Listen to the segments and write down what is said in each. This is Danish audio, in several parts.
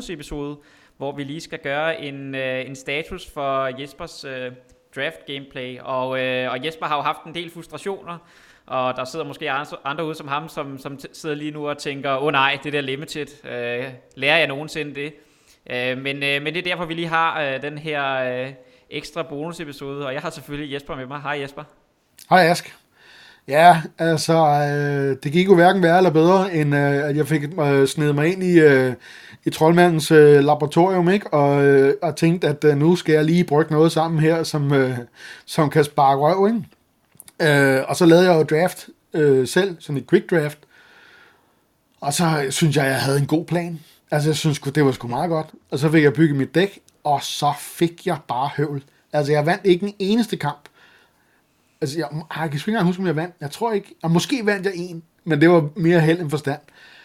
bonusepisode, hvor vi lige skal gøre en status for Jespers draft gameplay. Og Jesper har jo haft en del frustrationer, og der sidder måske andre ude som ham, som sidder lige nu og tænker, nej, det der limited, lærer jeg nogensinde det? Men det er derfor, vi lige har den her ekstra bonusepisode, og jeg har selvfølgelig Jesper med mig. Hej Jesper. Hej Ask. Ja, altså, det gik jo hverken værre eller bedre, end at jeg fik snedet mig ind i troldmandens laboratorium, ikke? Og tænkte, at nu skal jeg lige brygge noget sammen her, som kan sparke røv, ikke? Og så lavede jeg jo draft selv, sådan et quick draft, og så synes jeg havde en god plan. Altså, jeg synes det var sgu meget godt. Og så fik jeg bygget mit dæk, og så fik jeg bare høvl. Altså, jeg vandt ikke en eneste kamp. Altså, jeg kan ikke engang huske, om jeg vandt. Jeg tror ikke. Og måske vandt jeg en, men det var mere held end forstand.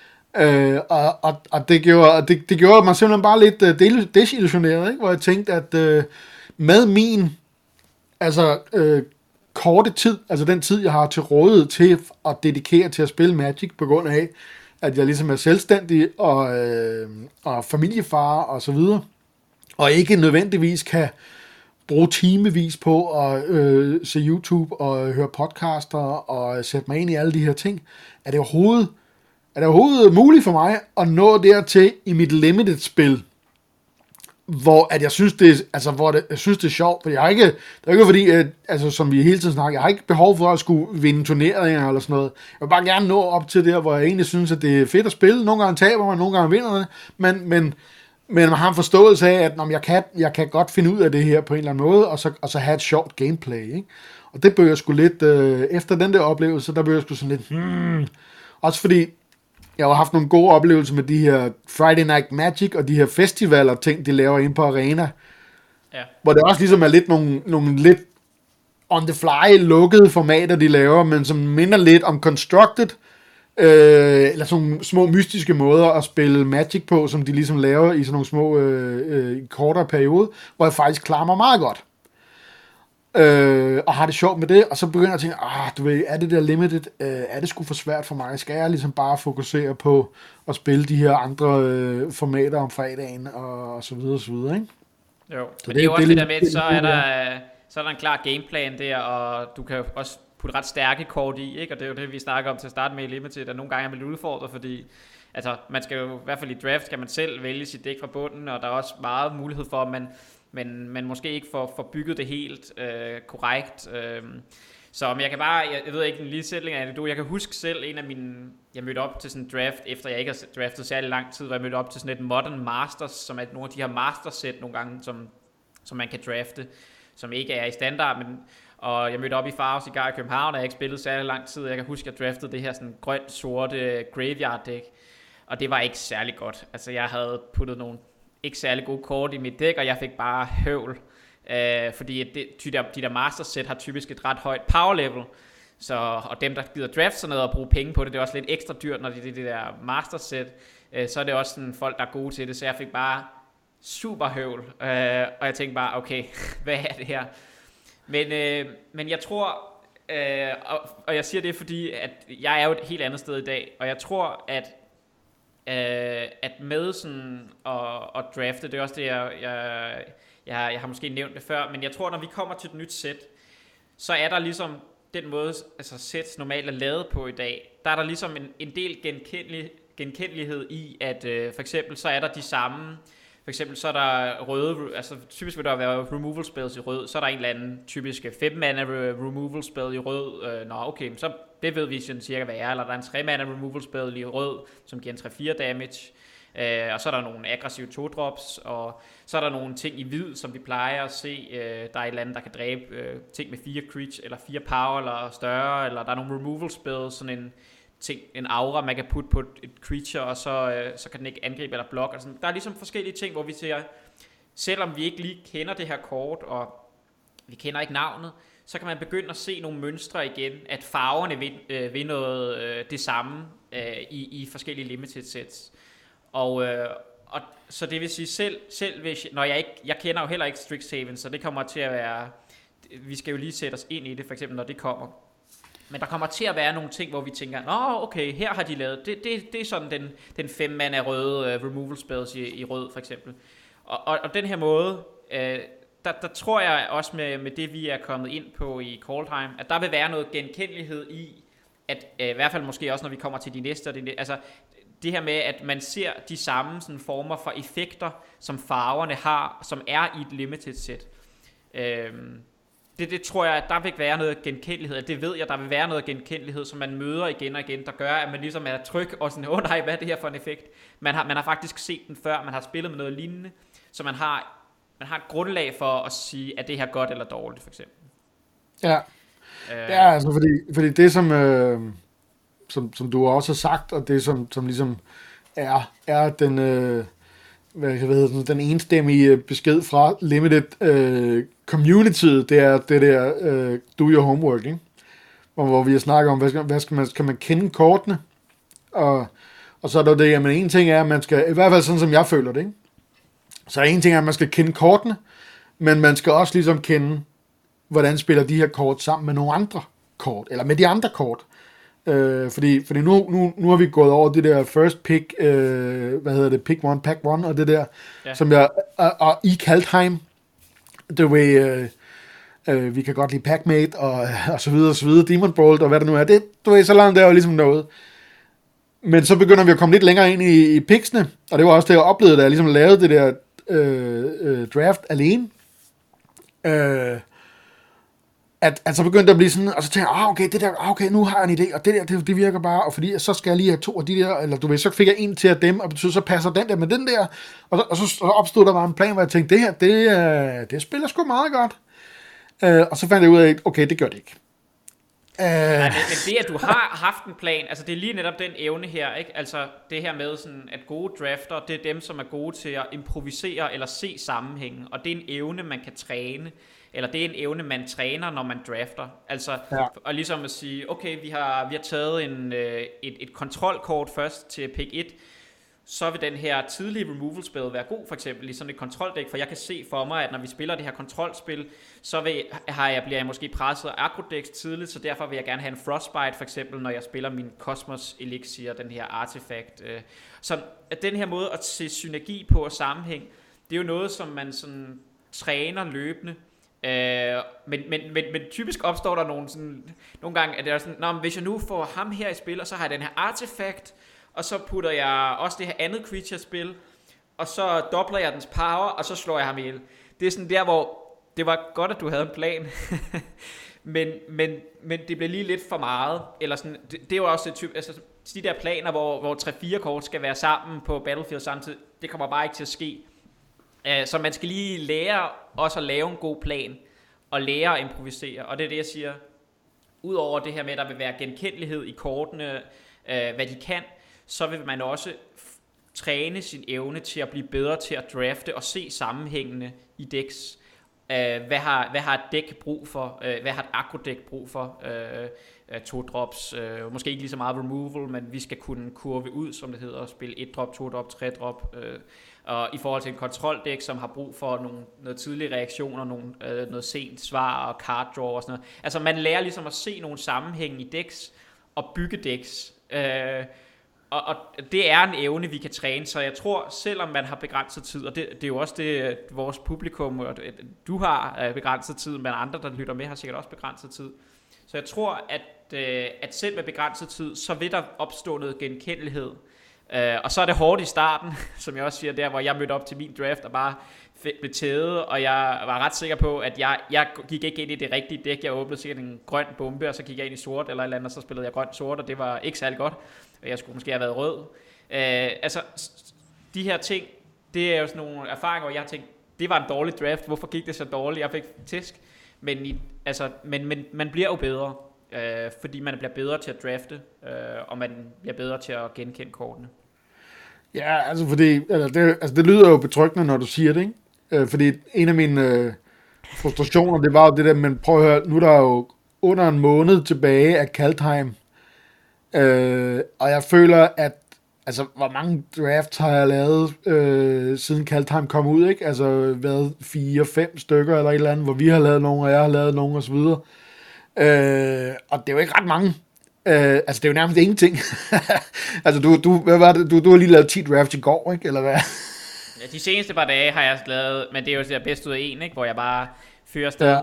Og det gjorde mig simpelthen bare lidt desillusioneret, ikke? Hvor jeg tænkte, at med min korte tid, altså den tid, jeg har til rådighed til at dedikere til at spille Magic, på grund af, at jeg ligesom er selvstændig og familiefar og så videre, og ikke nødvendigvis kan bruge timevis på at se YouTube og høre podcaster og sætte mig ind i alle de her ting. Er det overhovedet muligt for mig at nå dertil i mit limited-spil, hvor at jeg synes det, jeg synes det er sjovt, for jeg har ikke, det er ikke fordi, som vi hele tiden snakker, jeg har ikke behov for at skulle vinde turneringer eller sådan noget. Jeg vil bare gerne nå op til der, hvor jeg egentlig synes, at det er fedt at spille. Nogle gange taber man, nogle gange vinder det, men man har en forståelse af, at jeg kan godt finde ud af det her på en eller anden måde, og så have et sjovt gameplay, ikke? Og det bør jeg sgu lidt, efter den der oplevelse, der bør jeg sgu sådan lidt, også fordi, jeg har haft nogle gode oplevelser med de her Friday Night Magic, og de her festivaler ting, de laver inde på Arena, ja. Hvor det også ligesom er lidt nogle lidt on the fly lukkede formater, de laver, men som minder lidt om Constructed, eller sådan nogle små mystiske måder at spille Magic på, som de ligesom laver i sådan nogle små kortere periode, hvor jeg faktisk klarer mig meget godt. Og har det sjovt med det, og så begynder jeg at tænke, du ved, er det der limited, er det sgu for svært for mig? Skal jeg ligesom bare fokusere på at spille de her andre formater om fredagen, og så videre, og så videre, ikke? Jo, men det er jo også det der med, så er der en klar gameplan der, og du kan også putte ret stærke kort i, ikke? Og det er jo det, vi snakker om til at starte med i limited, at nogle gange er man lidt udfordret, fordi altså, man skal jo, i hvert fald i draft, skal man selv vælge sit dæk fra bunden, og der er også meget mulighed for, at man måske ikke får bygget det helt korrekt. Så men jeg kan bare, jeg ved ikke en lille sætning af det, jeg kan huske selv en af mine, jeg mødte op til sådan en draft, efter jeg ikke har draftet særlig lang tid, hvor jeg mødte op til sådan et Modern Masters, som er nogle af de her Masters-sæt nogle gange, som man kan drafte, som ikke er i standard, og jeg mødte op i Farve Cigar i København, og jeg ikke spillet særlig lang tid, jeg kan huske, at jeg draftede det her sådan grønt-sorte graveyard-dæk, og det var ikke særlig godt. Altså jeg havde puttet nogle ikke særlig gode kort i mit dæk, og jeg fik bare høvl, fordi de der master-sæt har typisk et ret højt power level, og dem der gider draft sådan noget og bruge penge på det, det er også lidt ekstra dyrt, når det der master-sæt, så er det også sådan folk, der er gode til det, så jeg fik bare super høvl, og jeg tænkte bare, okay, hvad er det her? Men jeg tror, og jeg siger det, fordi at jeg er jo et helt andet sted i dag, og jeg tror, at med sådan at drafte, det er også det, jeg har måske nævnt det før, men jeg tror, når vi kommer til et nyt sæt, så er der ligesom den måde, altså sæt normalt er lavet på i dag, der er der ligesom en del genkendelighed i, at for eksempel så er der de samme, for eksempel så er der røde, altså typisk vil der være removal spells i rød, så er der en eller anden typisk 5-mana removal spell i rød, okay, så det ved vi sådan cirka hvad er, eller der er en 3-mana removal spell i rød, som giver en 3-4 damage, og så er der nogle aggressive 2-drops, og så er der nogle ting i hvid, som vi plejer at se, der er et eller andet, der kan dræbe ting med 4 creature, eller 4 power, eller større, eller der er nogle removal spells, sådan en aura, man kan putte på et creature, og så kan den ikke angribe eller blokke. Altså, der er ligesom forskellige ting, hvor vi ser, selvom vi ikke lige kender det her kort, og vi kender ikke navnet, så kan man begynde at se nogle mønstre igen, at farverne vil noget det samme i forskellige limited sets. Og så det vil sige, selv hvis, når jeg kender jo heller ikke Strixhaven, så det kommer til at være, vi skal jo lige sætte os ind i det, for eksempel når det kommer. Men der kommer til at være nogle ting, hvor vi tænker, nå okay, her har de lavet, det er sådan den 5 mand af røde removal spells i rød for eksempel. Og den her måde, der tror jeg også med det vi er kommet ind på i Kaldheim, at der vil være noget genkendelighed i, at i hvert fald måske også når vi kommer til de næste, altså det her med at man ser de samme sådan former for effekter, som farverne har, som er i et limited set. Det tror jeg, at der vil være noget genkendelighed. Det ved jeg, der vil være noget genkendelighed, som man møder igen og igen, der gør, at man ligesom er tryg og sådan, nej, hvad er det her for en effekt? Man har faktisk set den før, man har spillet med noget lignende, så man har et grundlag for at sige, at det her er godt eller dårligt, for eksempel. Ja, ja altså fordi det, som du også har sagt, og det, som ligesom er den... den enstemmige besked fra Limited communityet, det er det der do your homework, ikke? Hvor vi har snakket om, skal man kende kortene, og så er der det, jamen en ting er, at man skal, i hvert fald sådan som jeg føler det, ikke? Så en ting er, at man skal kende kortene, men man skal også ligesom kende, hvordan spiller de her kort sammen med nogle andre kort, eller med de andre kort. Fordi nu har vi gået over det der first pick, pick one, pack one, og det der, som jeg, og i Kaldheim, the way, vi kan godt lide Packmate, og så videre, Demon Bolt, og hvad der nu er, det, du ved, så langt der er jo ligesom noget. Men så begynder vi at komme lidt længere ind i picksene, og det var også det, jeg oplevede, da jeg ligesom lavede det der draft alene. At så begyndte det at blive sådan, og så tænkte jeg, okay, det der, okay, nu har jeg en idé, og det der, det virker bare, og fordi så skal jeg lige have 2 af de der, eller du ved, så fik jeg en til af dem, og så passer den der med den der, og så opstod der bare en plan, hvor jeg tænkte, det her, det spiller sgu meget godt. Og så fandt jeg ud af, okay, det gør det ikke. Nej, men det, at du har haft en plan, altså det er lige netop den evne her, ikke? Altså det her med sådan, at gode drafter, det er dem, som er gode til at improvisere eller se sammenhængen, og det er en evne, man kan træne, eller det er en evne, man træner, når man drafter. Altså, og ligesom at sige, okay, vi har taget et kontrolkort først til pick 1, så vil den her tidlige removal spell være god, for eksempel i sådan et kontroldæk, for jeg kan se for mig, at når vi spiller det her kontrolspil, så bliver jeg måske presset af aggro-decks tidligt, så derfor vil jeg gerne have en frostbite, for eksempel, når jeg spiller min Cosmos Elixir, den her artefakt. Så at den her måde at se synergi på og sammenhæng, det er jo noget, som man sådan træner løbende. Men typisk opstår der nogle gange, at det er sådan, hvis jeg nu får ham her i spil, og så har jeg den her artefakt, og så putter jeg også det her andet creature-spil, og så dobler jeg dens power, og så slår jeg ham ihjel. Det er sådan der, hvor det var godt, at du havde en plan, men det blev lige lidt for meget. Eller sådan, det er jo også et type, altså de der planer, hvor 3-4 kort skal være sammen på Battlefield samtidig, det kommer bare ikke til at ske. Så man skal lige lære også at lave en god plan, og lære at improvisere. Og det er det, jeg siger. Udover det her med, at der vil være genkendelighed i kortene, hvad de kan, så vil man også træne sin evne til at blive bedre til at drafte og se sammenhængene i decks. Hvad har et deck brug for? Hvad har et aggro-deck brug for? 2 drops, måske ikke lige så meget removal, men vi skal kunne kurve ud, som det hedder, spille 1 drop, 2 drop, 3 drop, og i forhold til en kontroldæk, som har brug for noget tidlige reaktioner, noget sent svar og card draw og sådan noget. Altså man lærer ligesom at se nogle sammenhæng i decks og bygge decks, og det er en evne, vi kan træne, så jeg tror, selvom man har begrænset tid, og det er jo også det, vores publikum, og du har begrænset tid, men andre, der lytter med, har sikkert også begrænset tid. Så jeg tror, at selv med begrænset tid, så vil der opstå noget genkendelighed. Og så er det hårdt i starten, som jeg også siger, der hvor jeg mødte op til min draft og bare blev tædet, og jeg var ret sikker på, at jeg gik ikke ind i det rigtige dæk. Jeg åbnede sikkert en grøn bombe, og så gik jeg ind i sort eller et eller andet, og så spillede jeg grøn-sort, og det var ikke særlig godt. Jeg skulle måske have været rød. Altså, de her ting, det er jo sådan nogle erfaringer, hvor jeg har tænkt, det var en dårlig draft, hvorfor gik det så dårligt? Jeg fik tæsk. Men man bliver jo bedre, fordi man bliver bedre til at drafte, og man bliver bedre til at genkende kortene. Ja, altså fordi, det lyder jo betryggende, når du siger det, ikke? Fordi en af mine frustrationer, det var jo det der, men prøv at høre, nu er der jo under en måned tilbage af Kaldheim, og jeg føler, at altså, hvor mange drafts har jeg lavet, siden Kaldheim kom ud, ikke? Altså, været 4-5 stykker eller et eller andet, hvor vi har lavet nogle, og jeg har lavet nogle, og så videre. Og det er jo ikke ret mange. Altså, det er jo nærmest ingenting. Altså, du har lige lavet 10 drafts i går, ikke? Eller hvad? Ja, de seneste par dage har jeg lavet, men det er jo det bedst ud af en, ikke? Hvor jeg bare fyrer afsted.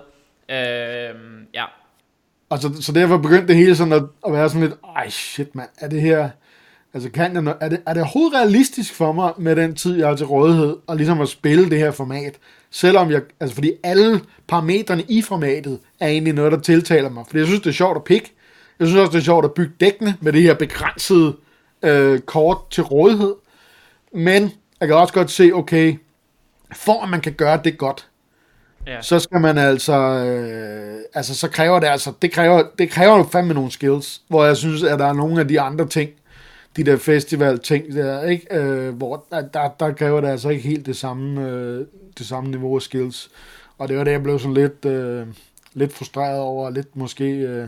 Ja. Og så derfor begyndte det hele sådan at være sådan lidt, ej shit mand, er det her, altså er det overhovedet realistisk for mig med den tid, jeg har til rådighed, og ligesom at spille det her format, selvom fordi alle parametrene i formatet er egentlig noget, der tiltaler mig, fordi jeg synes, det er sjovt at pick, jeg synes også, det er sjovt at bygge dækkene med det her begrænsede kort til rådighed, men jeg kan også godt se, okay, for at man kan gøre det godt, så skal man så kræver det kræver jo fandme nogle skills, hvor jeg synes, at der er nogle af de andre ting, de der festival ting der, ikke, hvor der kræver det altså ikke helt det samme niveau af skills, og det var det, jeg blev sådan lidt frustreret over, lidt måske,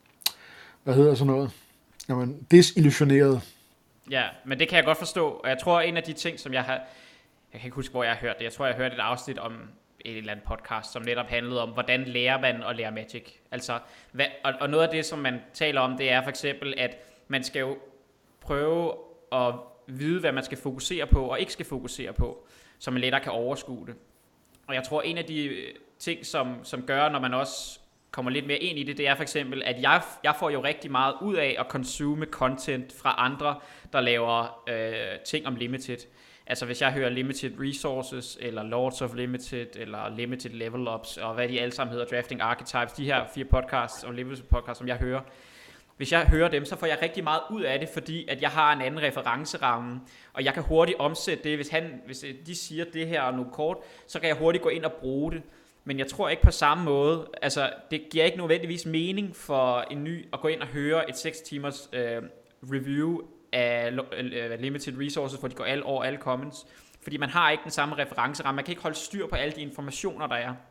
hvad hedder sådan noget, jamen, desillusioneret. Ja, men det kan jeg godt forstå, og jeg tror, en af de ting, som jeg kan ikke huske, hvor jeg har hørt det, jeg tror, jeg har hørt et afsnit om et eller andet podcast, som netop handlede om, hvordan lærer man at lære Magic. Altså, og noget af det, som man taler om, det er for eksempel, at man skal jo prøve at vide, hvad man skal fokusere på, og ikke skal fokusere på, så man lettere kan overskue det. Og jeg tror, en af de ting, som gør, når man også kommer lidt mere ind i det, det er for eksempel, at jeg får jo rigtig meget ud af at consume content fra andre, der laver ting om Limited. Altså hvis jeg hører Limited Resources, eller Lords of Limited, eller Limited Level Ups, og hvad de alle sammen hedder, Drafting Archetypes, de her 4 podcasts, og Limited podcasts, som jeg hører. Hvis jeg hører dem, så får jeg rigtig meget ud af det, fordi at jeg har en anden referenceramme, og jeg kan hurtigt omsætte det. Hvis de siger det her og nogle kort, så kan jeg hurtigt gå ind og bruge det. Men jeg tror ikke på samme måde. Altså, det giver ikke nødvendigvis mening for en ny at gå ind og høre et 6 timers review af Limited Resources, hvor de går over alle comments, fordi man har ikke den samme referenceramme. Man kan ikke holde styr på alle de informationer, der er.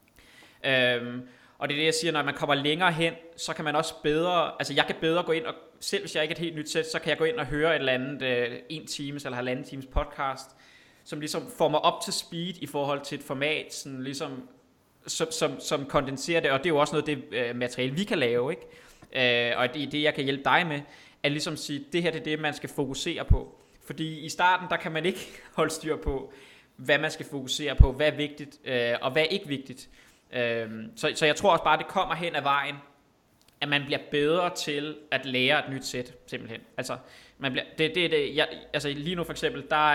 Og det er det, jeg siger, når man kommer længere hen, så kan man også bedre, altså jeg kan bedre gå ind og, selv hvis jeg ikke er et helt nyt sæt, så kan jeg gå ind og høre et eller andet 1 times eller 1,5 times podcast, som ligesom får mig op til speed i forhold til et format, sådan ligesom, som kondenserer det, og det er jo også noget af det materiale, vi kan lave, ikke? Og det, jeg kan hjælpe dig med, at ligesom sige, det her det er det, man skal fokusere på. Fordi i starten, der kan man ikke holde styr på, hvad man skal fokusere på, hvad er vigtigt, og hvad er ikke vigtigt. Så jeg tror også bare, det kommer hen ad vejen, at man bliver bedre til at lære et nyt sæt, simpelthen. Altså, man bliver, altså lige nu for eksempel, der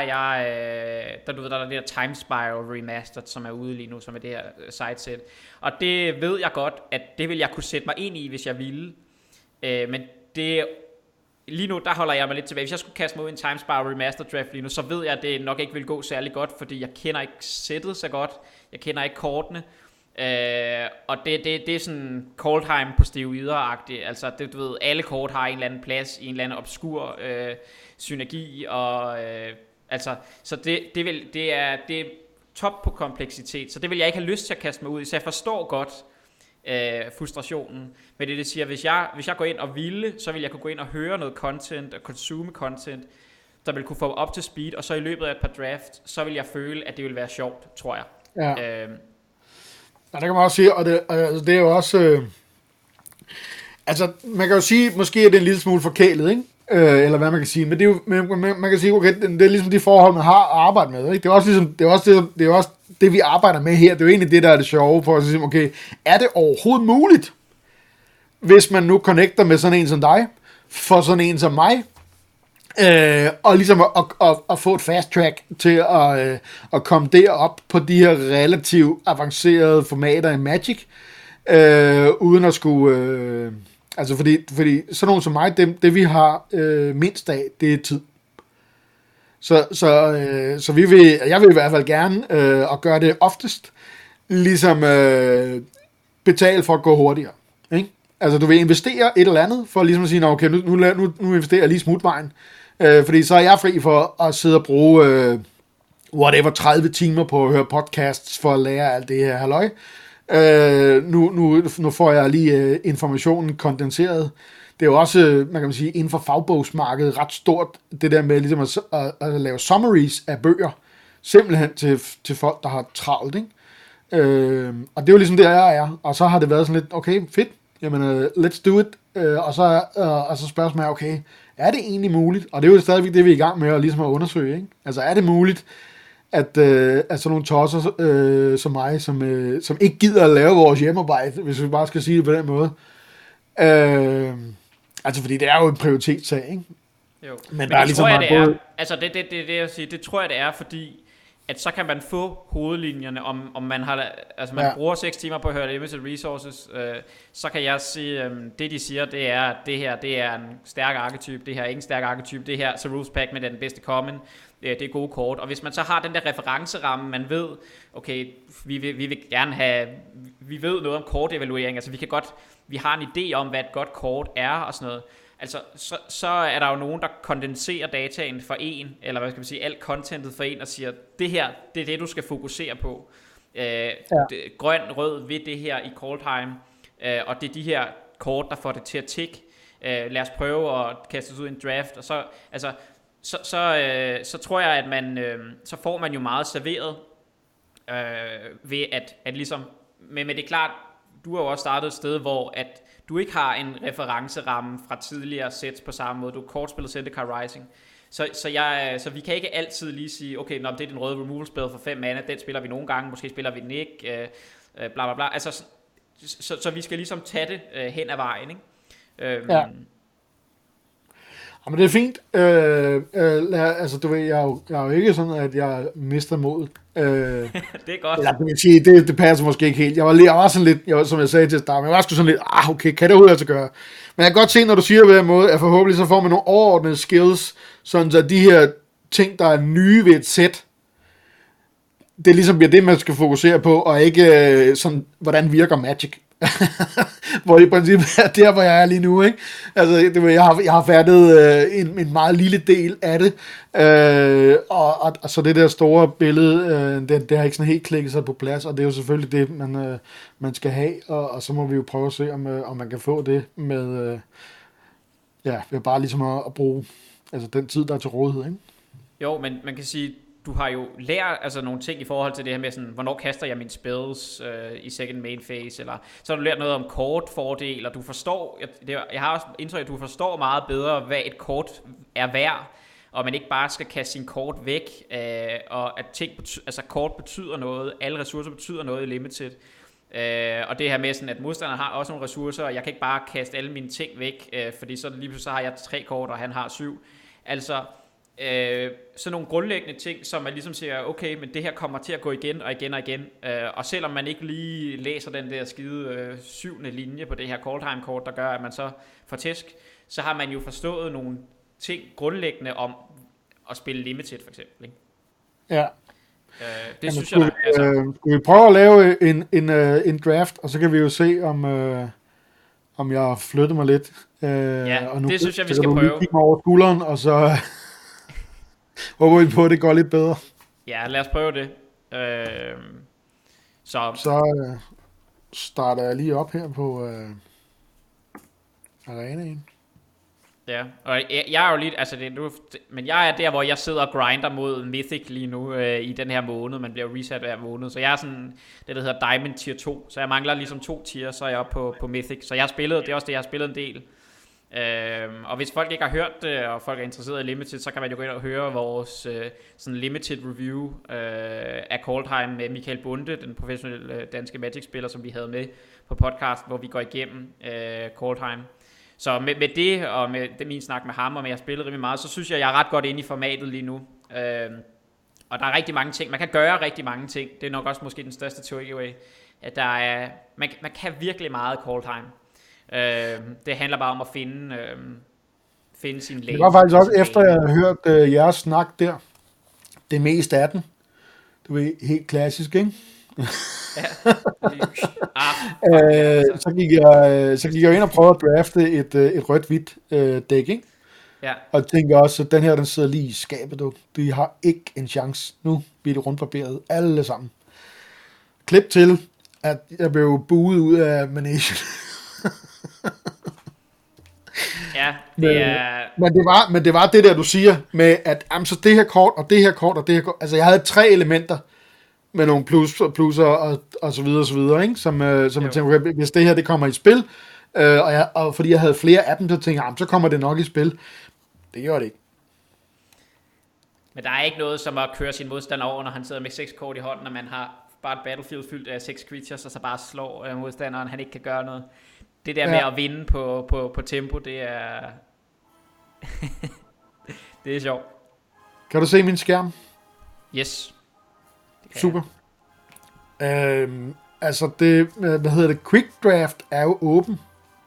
er der er det der Time Spiral Remastered, som er ude lige nu, som er det her sidesæt. Og det ved jeg godt, at det vil jeg kunne sætte mig ind i, hvis jeg ville. Men det lige nu, der holder jeg mig lidt tilbage. Hvis jeg skulle kaste mig ud i en Time Spiral Remastered draft lige nu, så ved jeg, at det nok ikke vil gå særlig godt, fordi jeg kender ikke sættet så godt. Jeg kender ikke kortene. Og det er sådan Coldheim på steroider-agtigt. Altså det, du ved, alle kort har en eller anden plads i en eller anden obskur synergi, og altså så det er top på kompleksitet. Så det vil jeg ikke have lyst til at kaste mig ud i. Så jeg forstår godt frustrationen. Men det siger, hvis jeg går ind og ville, så vil jeg kunne gå ind og høre noget content og consume content, der vil kunne få op til speed, og så i løbet af et par draft, så vil jeg føle, at det vil være sjovt, tror jeg. Ja. Ja, det kan man også sige, og det er jo også, altså man kan jo sige, måske er det en lille smule forkælet, ikke? Eller hvad man kan sige, men det er jo, man kan sige, okay, det er ligesom de forhold, man har at arbejde med, ikke? Det er også ligesom, det er også det, vi arbejder med her, det er jo egentlig det, der er det sjove, for at sige, okay, er det overhovedet muligt, hvis man nu connecter med sådan en som dig, for sådan en som mig, og ligesom at få et fast track til at komme derop på de her relativt avancerede formater i Magic, uden at skulle, altså fordi sådan nogen som mig, det vi har mindst af, det er tid. Så jeg vil i hvert fald gerne at gøre det oftest, ligesom betale for at gå hurtigere, ikke? Altså du vil investere et eller andet for ligesom at sige, okay, nu investerer jeg lige smutvejen. Fordi så er jeg fri for at sidde og bruge whatever 30 timer på at høre podcasts for at lære alt det her halløj. Nu får jeg lige informationen kondenseret. Det er jo også, man kan sige, inden for fagbogsmarkedet ret stort, det der med ligesom at lave summaries af bøger, simpelthen til folk, der har travlt, ikke? Og det er jo ligesom det, jeg er. Og så har det været sådan lidt, okay, fedt. jamen, let's do it, og så spørgsmålet er, okay, er det egentlig muligt? Og det er jo stadigvæk det, vi er i gang med at ligesom at undersøge, ikke? Altså, er det muligt, at sådan nogle tosser som mig, som ikke gider at lave vores hjemmearbejde, hvis vi bare skal sige det på den måde. Altså, fordi det er jo en prioritetssag, ikke? Jo. Men det ligesom tror jeg, det er. Altså, det jeg siger, det tror jeg, det er, fordi at så kan man få hovedlinjerne, om man har, altså man bruger 6 timer på at høre limited resources, så kan jeg sige, det de siger, det er, at det her, det er en stærk arketype, det her er ikke en stærk arketype, det her, så rules pack med den bedste common, det er gode kort, og hvis man så har den der referenceramme, man ved, okay, vi vil gerne have, vi ved noget om kortevaluering, altså vi har en idé om, hvad et godt kort er, og sådan noget. Altså, så er der jo nogen, der kondenserer dataen for en, eller hvad skal man sige, alt contentet for en, og siger, det her, det er det, du skal fokusere på. Grøn, rød ved det her i call time, og det er de her kort, der får det til at tikke. Lad os prøve at kaste os ud i en draft, og så, altså, så tror jeg, at man, så får man jo meget serveret, ved at ligesom, men det er klart, du har jo også startet et sted, hvor at du ikke har en referenceramme fra tidligere sets på samme måde. Du har kortspillet Zendikar Rising. Så vi kan ikke altid lige sige, okay, det er den røde removal spell for 5 mana, den spiller vi nogle gange, måske spiller vi den ikke, bla bla bla. Altså, så vi skal ligesom tage det hen ad vejen, ikke? Ja. Men det er fint. Altså, du ved, jeg er jo ikke sådan, at jeg mister modet. Det er godt. Eller, kan sige, det passer måske ikke helt. Jeg var sådan lidt, som jeg sagde til start, men jeg var sgu sådan lidt, okay, kan det overhovedet altså gøre? Men jeg kan godt se, når du siger på den måde, at forhåbentlig så får man nogle overordnede skills, sådan så de her ting, der er nye ved et sæt, det ligesom bliver det, man skal fokusere på, og ikke sådan, hvordan virker Magic. Hvor i princippet er der, hvor jeg er lige nu, ikke? Altså, jeg har færdet en meget lille del af det, og så det der store billede, det har ikke sådan helt klikket sig på plads, og det er jo selvfølgelig det, man skal have, og så må vi jo prøve at se, om man kan få det med, ved bare ligesom at bruge altså den tid, der er til rådighed, ikke? Jo, men man kan sige, du har jo lært altså nogle ting i forhold til det her med sådan, hvornår kaster jeg mine spells i second main phase, eller så har du lært noget om kortfordel, og du forstår, jeg har også indtryk, at du forstår meget bedre, hvad et kort er værd, og man ikke bare skal kaste sin kort væk, og at kort betyder noget, alle ressourcer betyder noget i limited, og det her med sådan, at modstanderen har også nogle ressourcer, og jeg kan ikke bare kaste alle mine ting væk, fordi så lige pludselig så har jeg 3 kort, og han har 7, altså sådan nogle grundlæggende ting, som man ligesom siger, okay, men det her kommer til at gå igen og igen og igen, og selvom man ikke lige læser den der skide 7. linje på det her call time kort, der gør, at man så får tæsk, så har man jo forstået nogle ting grundlæggende om at spille limited for eksempel, ikke? Ja. Det synes jeg altså. Skulle vi prøve at lave en draft, og så kan vi jo se om jeg har flyttet mig lidt. Og nu, det synes jeg vi skal prøve. Kigge mig over skulderen, og så håber vi på, at det går lidt bedre. Ja, lad os prøve det. Så starter jeg lige op her på arenaen. Ja, og jeg er jo lidt, altså men jeg er der, hvor jeg sidder og grinder mod Mythic lige nu i den her måned. Man bliver reset hver måned, så jeg er sådan det, der hedder Diamond Tier 2. Så jeg mangler ligesom 2 tier, så er jeg oppe på Mythic. Så jeg har spillet, det er også det, jeg har spillet en del. Og hvis folk ikke har hørt det, og folk er interesseret i Limited, så kan man jo gå ind og høre vores sådan Limited review af Coldheim med Michael Bunde, den professionelle danske Magic-spiller, som vi havde med på podcast, hvor vi går igennem Coldheim. Så med det, og med det min snak med ham, og med at spille rimelig meget, så synes jeg er ret godt inde i formatet lige nu. Og der er rigtig mange ting. Man kan gøre rigtig mange ting. Det er nok også måske den største takeaway, at der er, man kan virkelig meget Coldheim. Det handler bare om at finde sin lane. Det var faktisk også efter jeg havde hørt jeres snak der, det meste af den. Du ved, helt klassisk, ikke? Ja. Så gik jeg ind og prøvede at drafte et rødt-hvidt dæk, ikke? Ja. Og tænker også, at den her, den sidder lige i skabet, du. De har ikke en chance. Nu bliver det rundbarberet alle sammen. Klip til, at jeg blev buet ud af Manation. Ja, det er... Men det var det der, du siger, med at så det her kort, og det her kort, og det her kort. Altså, jeg havde 3 elementer med nogle plusser og så videre, ikke? Som jeg tænker, okay, hvis det her, det kommer i spil, Og fordi jeg havde flere af dem, så tænkte jeg, så kommer det nok i spil. Det gjorde det ikke. Men der er ikke noget som at køre sin modstander over, når han sidder med 6 kort i hånden, når man har bare et battlefield fyldt af 6 creatures, og så bare slår modstanderen, han ikke kan gøre noget. Det der med at vinde på tempo, det er... det er sjovt. Kan du se min skærm? Yes. Super. Altså det, Quick Draft er jo åben.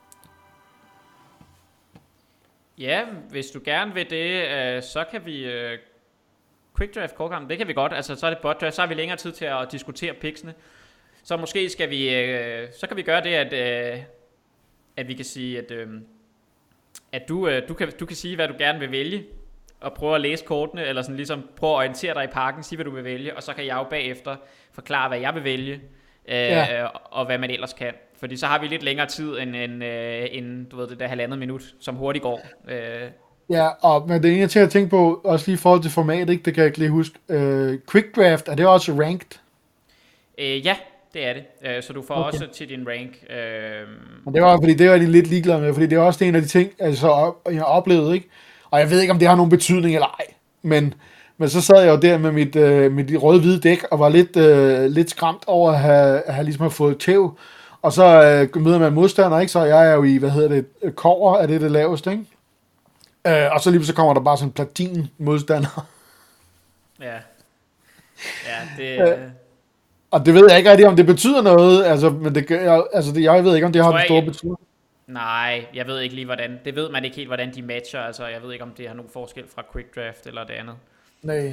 Ja, hvis du gerne vil det, så kan vi Quick Draft kortkamp, det kan vi godt. Altså så er det bot draft, så har vi længere tid til at diskutere picksene. Så måske skal vi så kan vi gøre det at vi kan sige at du kan sige hvad du gerne vil vælge og prøve at læse kortene eller sådan ligesom prøve at orientere dig i pakken, sige hvad du vil vælge, og så kan jeg jo bagefter forklare hvad jeg vil vælge og hvad man ellers kan. Fordi så har vi lidt længere tid end du ved det der 1,5 minut, som hurtigt går. Ja, og men det ene til at tænke på, også lige i forhold til format, ikke? Det kan jeg ikke lige huske. Quick Draft, er det også ranked? Ja, det er det. Så du får også til din rank. Men det var fordi det var de lidt ligeglade med, fordi det er også en af de ting, altså, jeg har oplevet, ikke? Og jeg ved ikke, om det har nogen betydning eller ej. Men så sad jeg jo der med mit røde-hvide dæk, og var lidt skræmt over at have ligesom fået tæv. Og så møder man modstander, ikke? Så jeg er jo i, kover er det laveste, ikke? Og så lige så kommer der bare sådan en platin modstander. Ja, det... Og det ved jeg ikke rigtig, om det betyder noget, altså, men jeg ved ikke, om det har en stor betydning. Nej, jeg ved ikke lige, hvordan, det ved man ikke helt, hvordan de matcher, altså, jeg ved ikke, om det har nogen forskel fra Quick Draft eller det andet. Nej.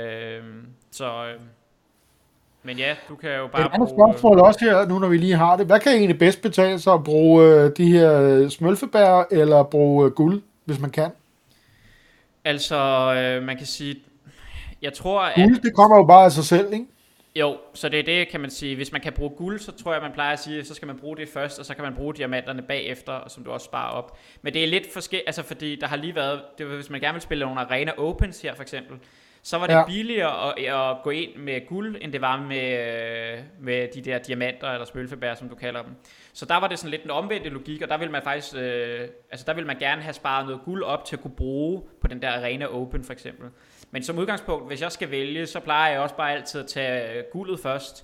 Men ja, du kan jo bare bruge... Et andet spørgsmål også her, nu når vi lige har det. Hvad kan egentlig bedst betale sig at bruge de her smølfebær, eller bruge guld, hvis man kan? Altså, man kan sige, jeg tror, at... Guld, det kommer jo bare af sig selv, ikke? Jo, så det er det, kan man sige. Hvis man kan bruge guld, så tror jeg, man plejer at sige, så skal man bruge det først, og så kan man bruge diamanterne bagefter, som du også sparer op. Men det er lidt forskelligt, altså fordi der har lige været, hvis man gerne vil spille nogle arena opens her for eksempel, så var det billigere at gå ind med guld, end det var med de der diamanter eller smølfebær, som du kalder dem. Så der var det sådan lidt en omvendte logik, og der vil man faktisk, der vil man gerne have sparet noget guld op til at kunne bruge på den der arena open for eksempel. Men som udgangspunkt, hvis jeg skal vælge, så plejer jeg også bare altid at tage guldet først.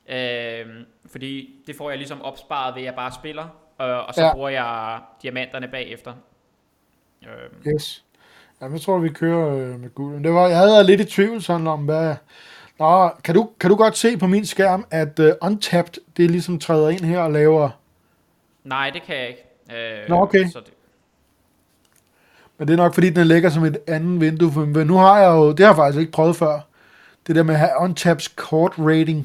Fordi det får jeg ligesom opsparet ved, at jeg bare spiller. Og så bruger jeg diamanterne bagefter. Yes. Jamen, jeg tror, vi kører med guldet. Jeg havde lidt i tvivl sådan om, hvad... Nå, kan du godt se på min skærm, at Untapped, det ligesom træder ind her og laver... Nej, det kan jeg ikke. Nå, okay. Så det... Men det er nok, fordi den ligger som et andet vindue. For nu har jeg jo... Det har jeg faktisk ikke prøvet før. Det der med at have Untappeds kort rating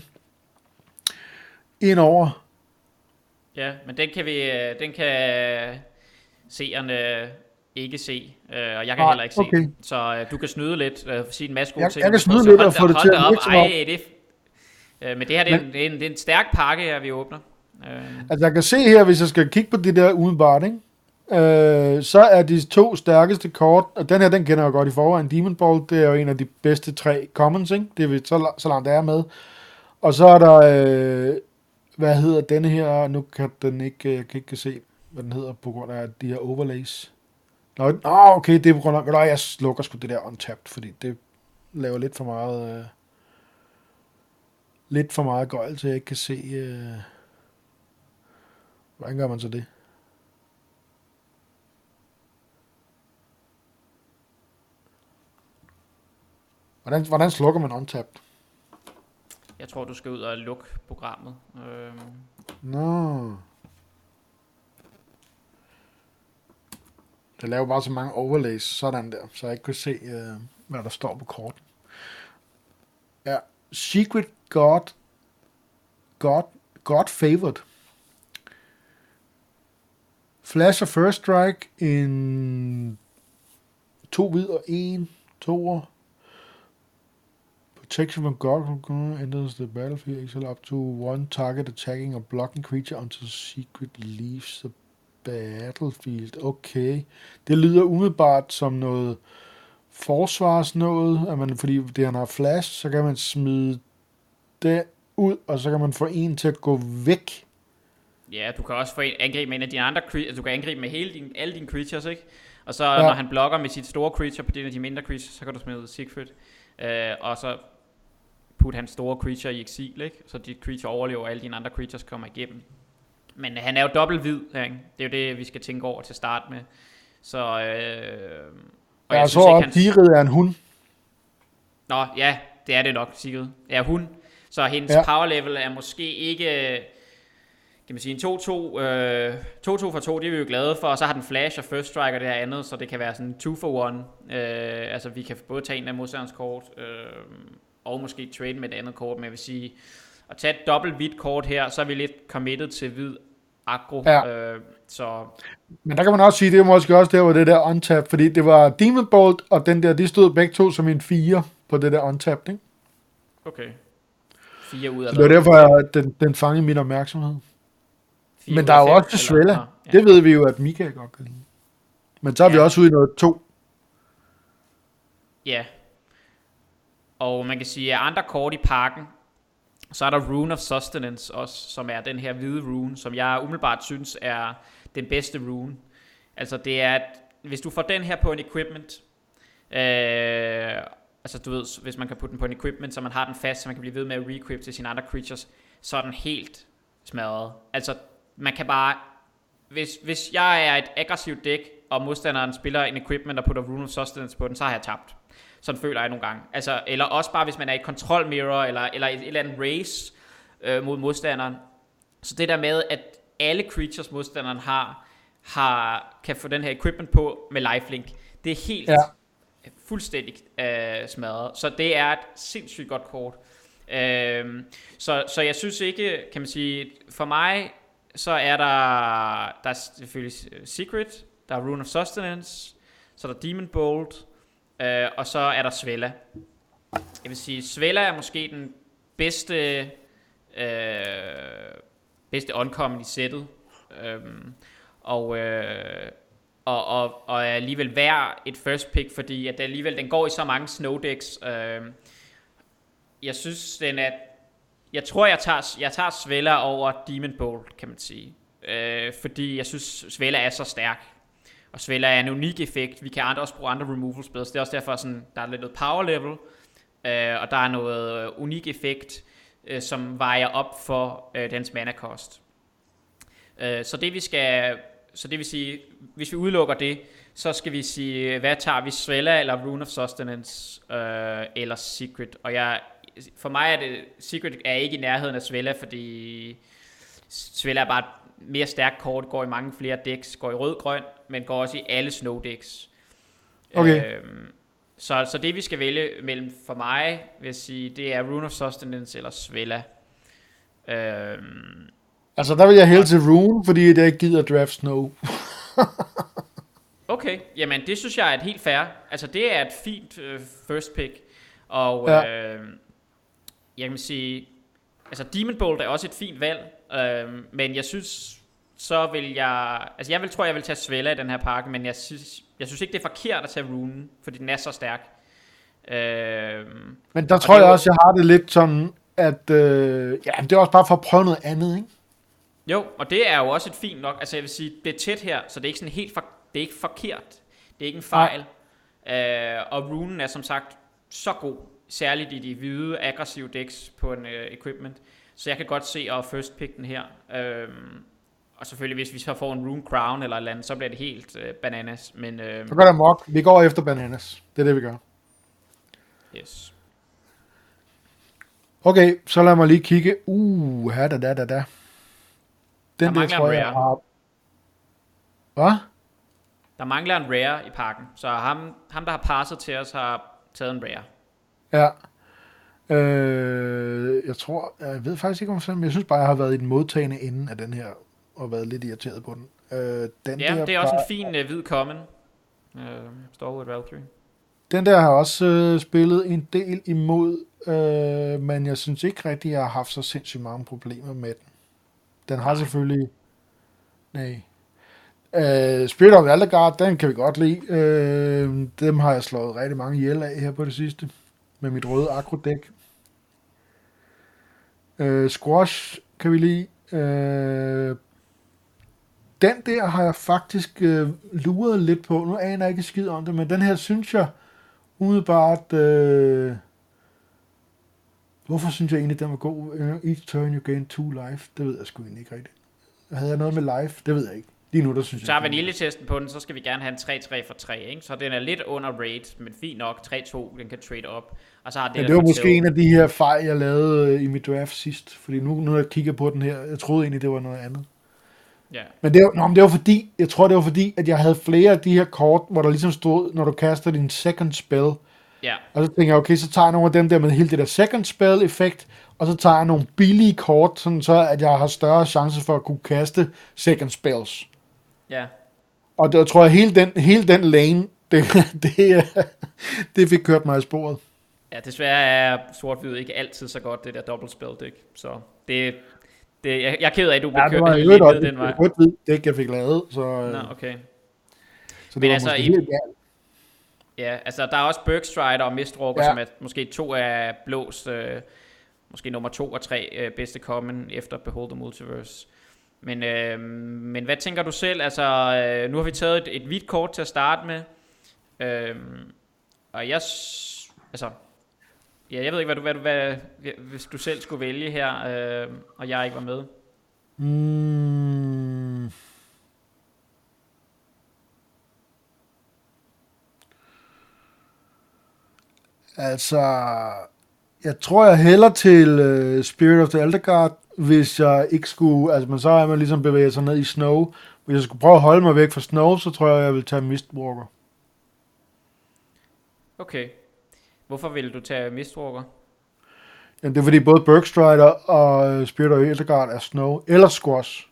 indover. Ja, men den kan seerne ikke se, og jeg kan heller ikke se den. Så du kan snyde lidt, sige en masse gode ting. Jeg kan snyde lidt og få det til at virke men det her det er en stærk pakke her, vi åbner. Altså jeg kan se her, hvis jeg skal kigge på det der umiddelbart, ikke? Så er de 2 stærkeste kort, og den her, den kender jeg godt i forvejen. Demon Ball, det er jo en af de bedste 3 commons, ikke? Det er vi så langt der er med. Og så er der, hvad hedder denne her? Nu kan den ikke, jeg kan ikke se, hvad den hedder, på grund af de her overlays. Nå, okay, det er på grund af, jeg slukker sgu det der Untapped, fordi det laver lidt for meget gøjl, så jeg ikke kan se, hvordan gør man så det? Hvordan slukker man Untapped? Jeg tror, du skal ud og lukke programmet. Nå. Det laver bare så mange overlays, sådan der, så jeg ikke kan se, hvad der står på korten. Ja, Secret God Favored. Flash og First Strike, en 2 hvid og 1 toer. Protection from God enters the battlefield, exile up to 1 target attacking or blocking creature until secret leaves the battlefield. Okay. Det lyder umiddelbart som noget forsvarsnåde, at man, fordi det han har flash, så kan man smide det ud, og så kan man få en til at gå væk. Ja, du kan også få angribe med en af dine andre creatures. Du kan angribe med alle dine creatures, ikke? Og så når han blokker med sit store creature på de af de mindre creatures, så kan du smide Sigrid. Og så putte hans store creature i eksil, ikke? Så dit creature overlever, og alle dine andre creatures kommer igennem. Men han er jo dobbelt hvid, ikke? Det er jo det, vi skal tænke over til at starte med. Så, og jeg så ikke, Sigrid er en hund. Nå, ja, det er det nok, Sigrid. Ja, hund. Så hendes power level er måske ikke, kan man sige, en 2-2 for 2, det er vi jo glade for, og så har den flash og first strike og det her andet, så det kan være sådan 2 for 1. Altså vi kan både tage en af modstanderens kort, og måske trade med et andet kort, men jeg vil sige, at tage et dobbelt hvidt kort her, så er vi lidt committed til hvid aggro. Så. Men der kan man også sige, det er måske også der, hvor det der untap, fordi det var Demon Bolt, og den der, de stod begge to som en 4 på det der untap, ikke? Okay. 4 ud af så det er derfor, at den fangede min opmærksomhed. Men der er jo også Svella. Ja. Det ved vi jo, at Mika godt kan lide. Men så er vi også ude i noget 2. Ja. Og man kan sige, at andre kort i pakken, så er der Rune of Sustenance også, som er den her hvide rune, som jeg umiddelbart synes er den bedste rune. Altså det er, at hvis du får den her på en equipment, altså du ved, hvis man kan putte den på en equipment, så man har den fast, så man kan blive ved med at re-equip til sine andre creatures, så er den helt smadret. Altså man kan bare, hvis jeg er et aggressivt dæk, og modstanderen spiller en equipment og putter Rune of Sustenance på den, så har jeg tabt. Sådan føler jeg nogle gange. Altså, eller også bare hvis man er i control mirror, eller et eller andet race mod modstanderen. Så det der med, at alle creatures modstanderen kan få den her equipment på med lifelink, det er helt fuldstændig smadret. Så det er et sindssygt godt kort. Så jeg synes ikke, kan man sige, for mig, så er der er selvfølgelig Secret, der er Rune of Sustenance, så er der Demon Bolt, og så er der Svella. Jeg vil sige, Svella er måske den bedste uncommon i sættet, og er alligevel værd et first pick, fordi at den går i så mange snow decks. Jeg synes jeg tror jeg tager Svella over Demon Bolt, kan man sige, fordi jeg synes Svella er så stærk. Og Svella er en unik effekt. Vi kan også bruge andre removal spells. Det er også derfor, sådan, der er lidt noget power level. Og der er noget unik effekt, som vejer op for dens mana cost. Så det vil sige, hvis vi udelukker det, så skal vi sige, hvad tager vi? Svella eller Rune of Sustenance eller Secret? Og for mig er det, Secret er ikke i nærheden af Svella, fordi Svella er bare mere stærkt kort, går i mange flere decks, går i rød-grøn, men går også i alle snow decks. Okay. Så det vi skal vælge mellem for mig, vil jeg sige, det er Rune of Sustenance eller Svella. Altså der vil jeg hælde til Rune, fordi det ikke gider draft snow. Okay, jamen det synes jeg er et helt fair. Altså det er et fint first pick. Og jeg kan sige, altså Demon Bolt er også et fint valg, men jeg synes, så vil jeg vil tage Svella i den her pakke, men jeg synes ikke det er forkert at tage Rune, fordi den er så stærk. Men der tror jeg også, jeg har det lidt sådan, at det er også bare for at prøve noget andet, ikke? Jo, og det er jo også et fint nok, altså jeg vil sige, det er tæt her, så det er ikke sådan helt det er ikke forkert, det er ikke en fejl. Og Rune er som sagt så god, særligt i de hvide, aggressive decks på en equipment, så jeg kan godt se at first pick den her. Og selvfølgelig, hvis vi så får en Rune Crown eller et eller andet, så bliver det helt bananas. Men, så gør det mok. Vi går efter bananas. Det er det, vi gør. Yes. Okay, så lad mig lige kigge. Da. Den der tror jeg har. Hvad? Der mangler en rare i pakken, så ham der har passet til os, har taget en rare. Ja. Jeg ved faktisk ikke om sådan, men jeg synes bare, jeg har været i den modtagende ende af den her, og været lidt irriteret på den. Det er også en fin hvid common. Stalwart Valkyrie. Den der har også spillet en del imod, men jeg synes ikke rigtigt, jeg har haft så sindssygt mange problemer med den. Den har selvfølgelig... Nej. Spirit of Aldegard, den kan vi godt lide. Dem har jeg slået rigtig mange ihjel af her på det sidste. Med mit røde aggro-dæk. Squash kan vi lide. den der har jeg faktisk luret lidt på. Nu aner jeg ikke skid om det, men den her synes jeg umiddelbart... Hvorfor synes jeg egentlig, den var god? Each turn you gain 2 life. Det ved jeg sgu egentlig ikke rigtigt. Havde jeg noget med life? Det ved jeg ikke. Lige nu, der synes jeg... Så er vaniljetesten på den, så skal vi gerne have en 3-3 for 3, ikke? Så den er lidt under rate, men fint nok. 3-2, den kan trade op. Og så har det var måske en af de her fejl, jeg lavede i mit draft sidst. Fordi nu når jeg kigger på den her, jeg troede egentlig, det var noget andet. Ja. Men det var fordi, jeg tror, det var fordi, at jeg havde flere af de her kort, hvor der ligesom stod, når du kaster din second spell. Ja. Og så tænker jeg, okay, så tager jeg nogle af dem der med hele det der second spell effekt, og så tager jeg nogle billige kort, sådan så at jeg har større chance for at kunne kaste second spells. Ja. Og det, jeg tror, at hele den lane, det fik kørt mig i sporet. Ja, desværre er sort-hvid ikke altid så godt, det der double spell deck. Så jeg er ked af, at du blev kørt hele den vej. Det var rødt-hvid dæk, jeg fik lavet. Så, nå, okay. Så det var altså, måske helt galt. Ja, altså der er også Bergstrider og Mistwalker, som er måske to af blås, måske nummer 2 og 3 bedste common efter Behold the Multiverse. Men hvad tænker du selv? Altså, nu har vi taget et hvidt kort til at starte med. Og jeg ved ikke, hvad hvis du selv skulle vælge her, og jeg ikke var med. Altså, jeg tror, jeg hælder til Spirit of the Elder God, hvis jeg ikke skulle, altså men så er man ligesom bevæget sig ned i Snow. Hvis jeg skulle prøve at holde mig væk fra Snow, så tror jeg vil tage Mistwalker. Okay. Hvorfor vil du tage Mistwalker? Jamen, det er fordi både Bergstrider og Spirit of the Elder God er Snow, eller Squash.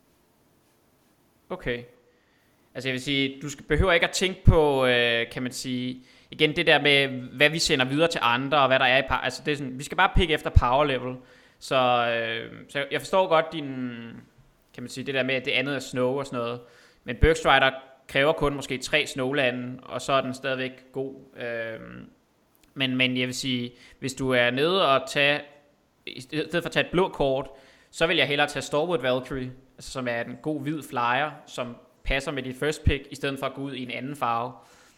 Okay. Altså jeg vil sige, du behøver ikke at tænke på, kan man sige, igen det der med, hvad vi sender videre til andre, og hvad der er i altså det er sådan, vi skal bare pikke efter power level. Så jeg forstår godt din, kan man sige, det der med, at det andet er Snow og sådan noget. Men Bergstrider kræver kun måske 3 Snowlande, og så er den stadigvæk god. Men jeg vil sige, hvis du er nede og tage, i stedet for at tage et blå kort, så vil jeg hellere tage Stalwart Valkyrie, altså som er en god hvid flyer, som passer med dit first pick, i stedet for at gå ud i en anden farve.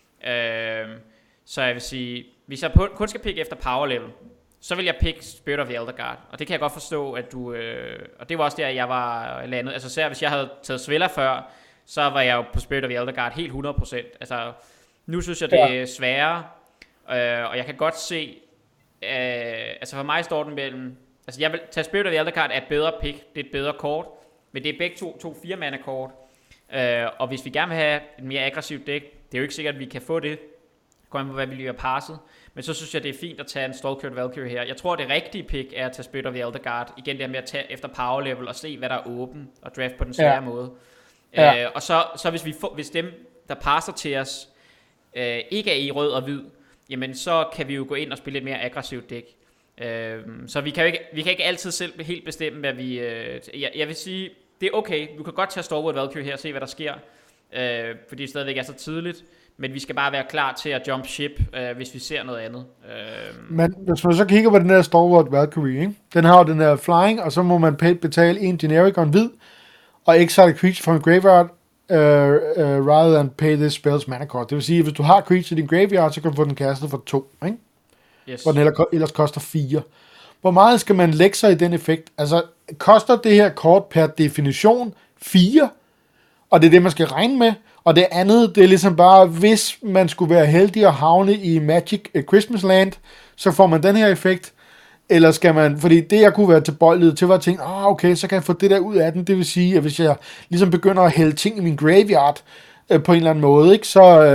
Så jeg vil sige, hvis jeg kun skal pick efter power level, så vil jeg pick Spirit of the Elder God. Og det kan jeg godt forstå, at du... og det var også der, jeg var landet. Altså selv hvis jeg havde taget Svella før, så var jeg jo på Spirit of the Elder God helt 100%. Altså nu synes jeg, det er sværere. Og jeg kan godt se... altså for mig står den mellem... Altså jeg vil tage Spirit of the Elder God er et bedre pick. Det er et bedre kort. Men det er begge to 4-mana kort. Og hvis vi gerne vil have et mere aggressivt dæk, det er jo ikke sikkert, at vi kan få det. Går an på, hvad vi lige har passet. Men så synes jeg, det er fint at tage en Stalwart Valkyrie her. Jeg tror, det rigtige pick er at tage Spirit of the Elder God. Igen det her med at tage efter power level og se, hvad der er åben. Og draft på den svære måde. Og så hvis dem, der passer til os, ikke er i rød og hvid, jamen så kan vi jo gå ind og spille et mere aggressivt dæk. Så vi kan ikke altid selv helt bestemme, hvad vi... jeg vil sige, det er okay. Du kan godt tage Stalwart Valkyrie her og se, hvad der sker. Fordi det stadigvæk er så tidligt. Men vi skal bare være klar til at jump ship, hvis vi ser noget andet. Men hvis man så kigger på den der Stalwart Valkyrie, ikke? Den har jo den der flying, og så må man betale en generic og en hvid, og exile creature from graveyard, rather than pay this spells mana cost. Det vil sige, at hvis du har creature i din graveyard, så kan du få den kastet for 2, ikke? Yes. Hvor den ellers koster 4. Hvor meget skal man lægge sig i den effekt? Altså, koster det her kort per definition 4? Og det er det, man skal regne med. Og det andet, det er ligesom bare, hvis man skulle være heldig at havne i Magic Christmas Land, så får man den her effekt. Eller skal man, fordi det jeg kunne være tilbøjelig til, var at tænke, okay, så kan jeg få det der ud af den. Det vil sige, at hvis jeg ligesom begynder at hælde ting i min graveyard på en eller anden måde, ikke,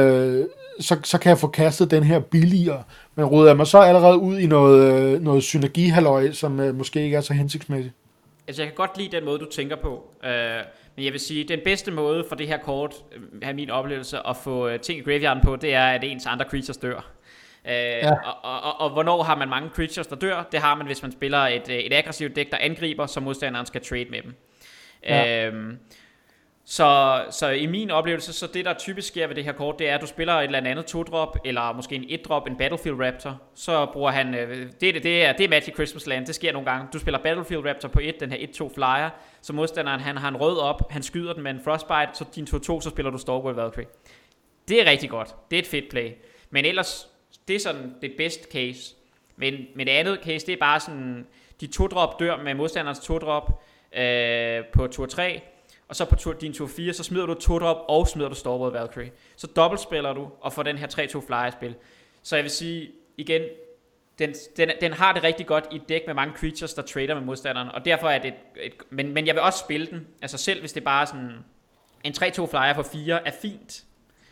så kan jeg få kastet den her billigere. Men råder jeg mig så allerede ud i noget synergihalløj, som måske ikke er så hensigtsmæssigt. Altså jeg kan godt lide den måde, du tænker på. Men jeg vil sige, den bedste måde for det her kort, have min oplevelse, at få ting i graveyarden på, det er, at ens andre creatures dør. Og hvornår har man mange creatures, der dør? Det har man, hvis man spiller et aggressivt dæk, der angriber, så modstanderen skal trade med dem. Så i min oplevelse, så det der typisk sker ved det her kort, det er, at du spiller et eller andet 2-drop, eller måske en 1-drop, en Battlefield Raptor. Så bruger han, det er Magic Christmas Land, det sker nogle gange. Du spiller Battlefield Raptor på 1, den her 1-2 flyer, så modstanderen han har en rød op, han skyder den med en Frostbite, så din 2-2, så spiller du Stormwind Valkyrie. Det er rigtig godt, det er et fedt play. Men ellers, det er sådan det best case. Men det andet case, det er bare sådan, de 2-drop dør med modstanderens 2-drop på tur 3, og så på din tur 4, så smider du 2-drop og smider du Stormwind Valkyrie. Så dobbeltspiller du og får den her 3-2 flyer spil. Så jeg vil sige igen, den har det rigtig godt i et dæk med mange creatures, der trader med modstanderen, og derfor er det men jeg vil også spille den, altså selv hvis det bare er sådan en 3-2 flyer for 4 er fint.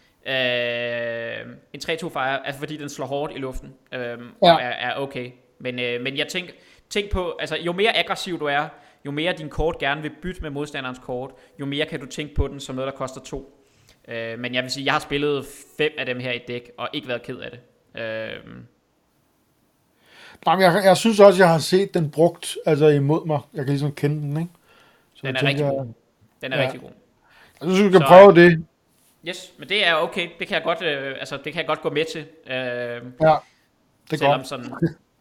En 3-2 flyer, altså fordi den slår hårdt i luften, og er okay. Men jeg tænk på, altså jo mere aggressiv du er, jo mere din kort gerne vil bytte med modstanderens kort, jo mere kan du tænke på den som noget, der koster 2. Men jeg vil sige, jeg har spillet 5 af dem her i dæk, og ikke været ked af det. Jeg synes også, jeg har set den brugt altså imod mig. Jeg kan ligesom kende den, ikke? Så den er rigtig god. Den er rigtig god. Jeg synes, du kan prøve det. Yes, men det er okay. Det kan jeg godt, det kan jeg godt gå med til. Ja, det går. Sådan.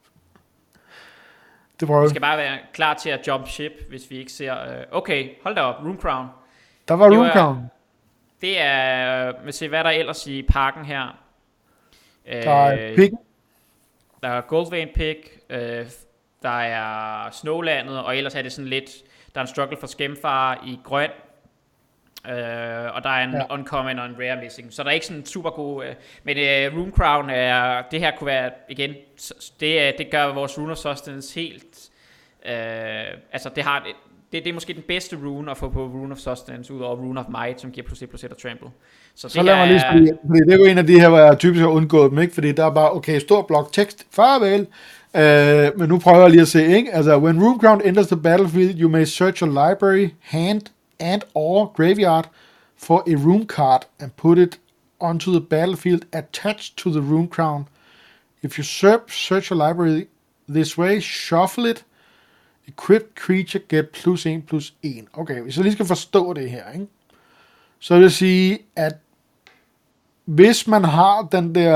Det prøver. Vi skal bare være klar til at jump ship, hvis vi ikke ser... okay, hold da op. Runecrown. Der var Runecrown. Det er... Med se, hvad der ellers i parken her. Der er Pig. Der er Goldvein Pig. Der er Snowlandet. Og ellers er det sådan lidt... Der er en struggle for Skemfar i grøn. Og der er en uncommon og en rare missing. Så der er ikke sådan super god... men Runecrown er... Det her kunne være... Igen... Det gør vores Rune of Sustenance helt... altså det har... Det er måske den bedste rune at få på Rune of Sustenance, ud over Rune of Might, som giver plus 1 og trample. Så lad mig lige spille, fordi det er jo en af de her, hvor jeg typisk har undgået dem, ikke? Fordi der er bare, okay, stor blok tekst, farvel. Men nu prøver jeg lige at se, ikke? Altså, when Runecrown enters the battlefield, you may search your library, hand and or graveyard for a rune card and put it onto the battlefield attached to the Runecrown. If you search your library this way, shuffle it. Equipped creature get +1/+1. Okay, hvis jeg lige skal forstå det her, ikke? Så vil jeg sige, at hvis man har den der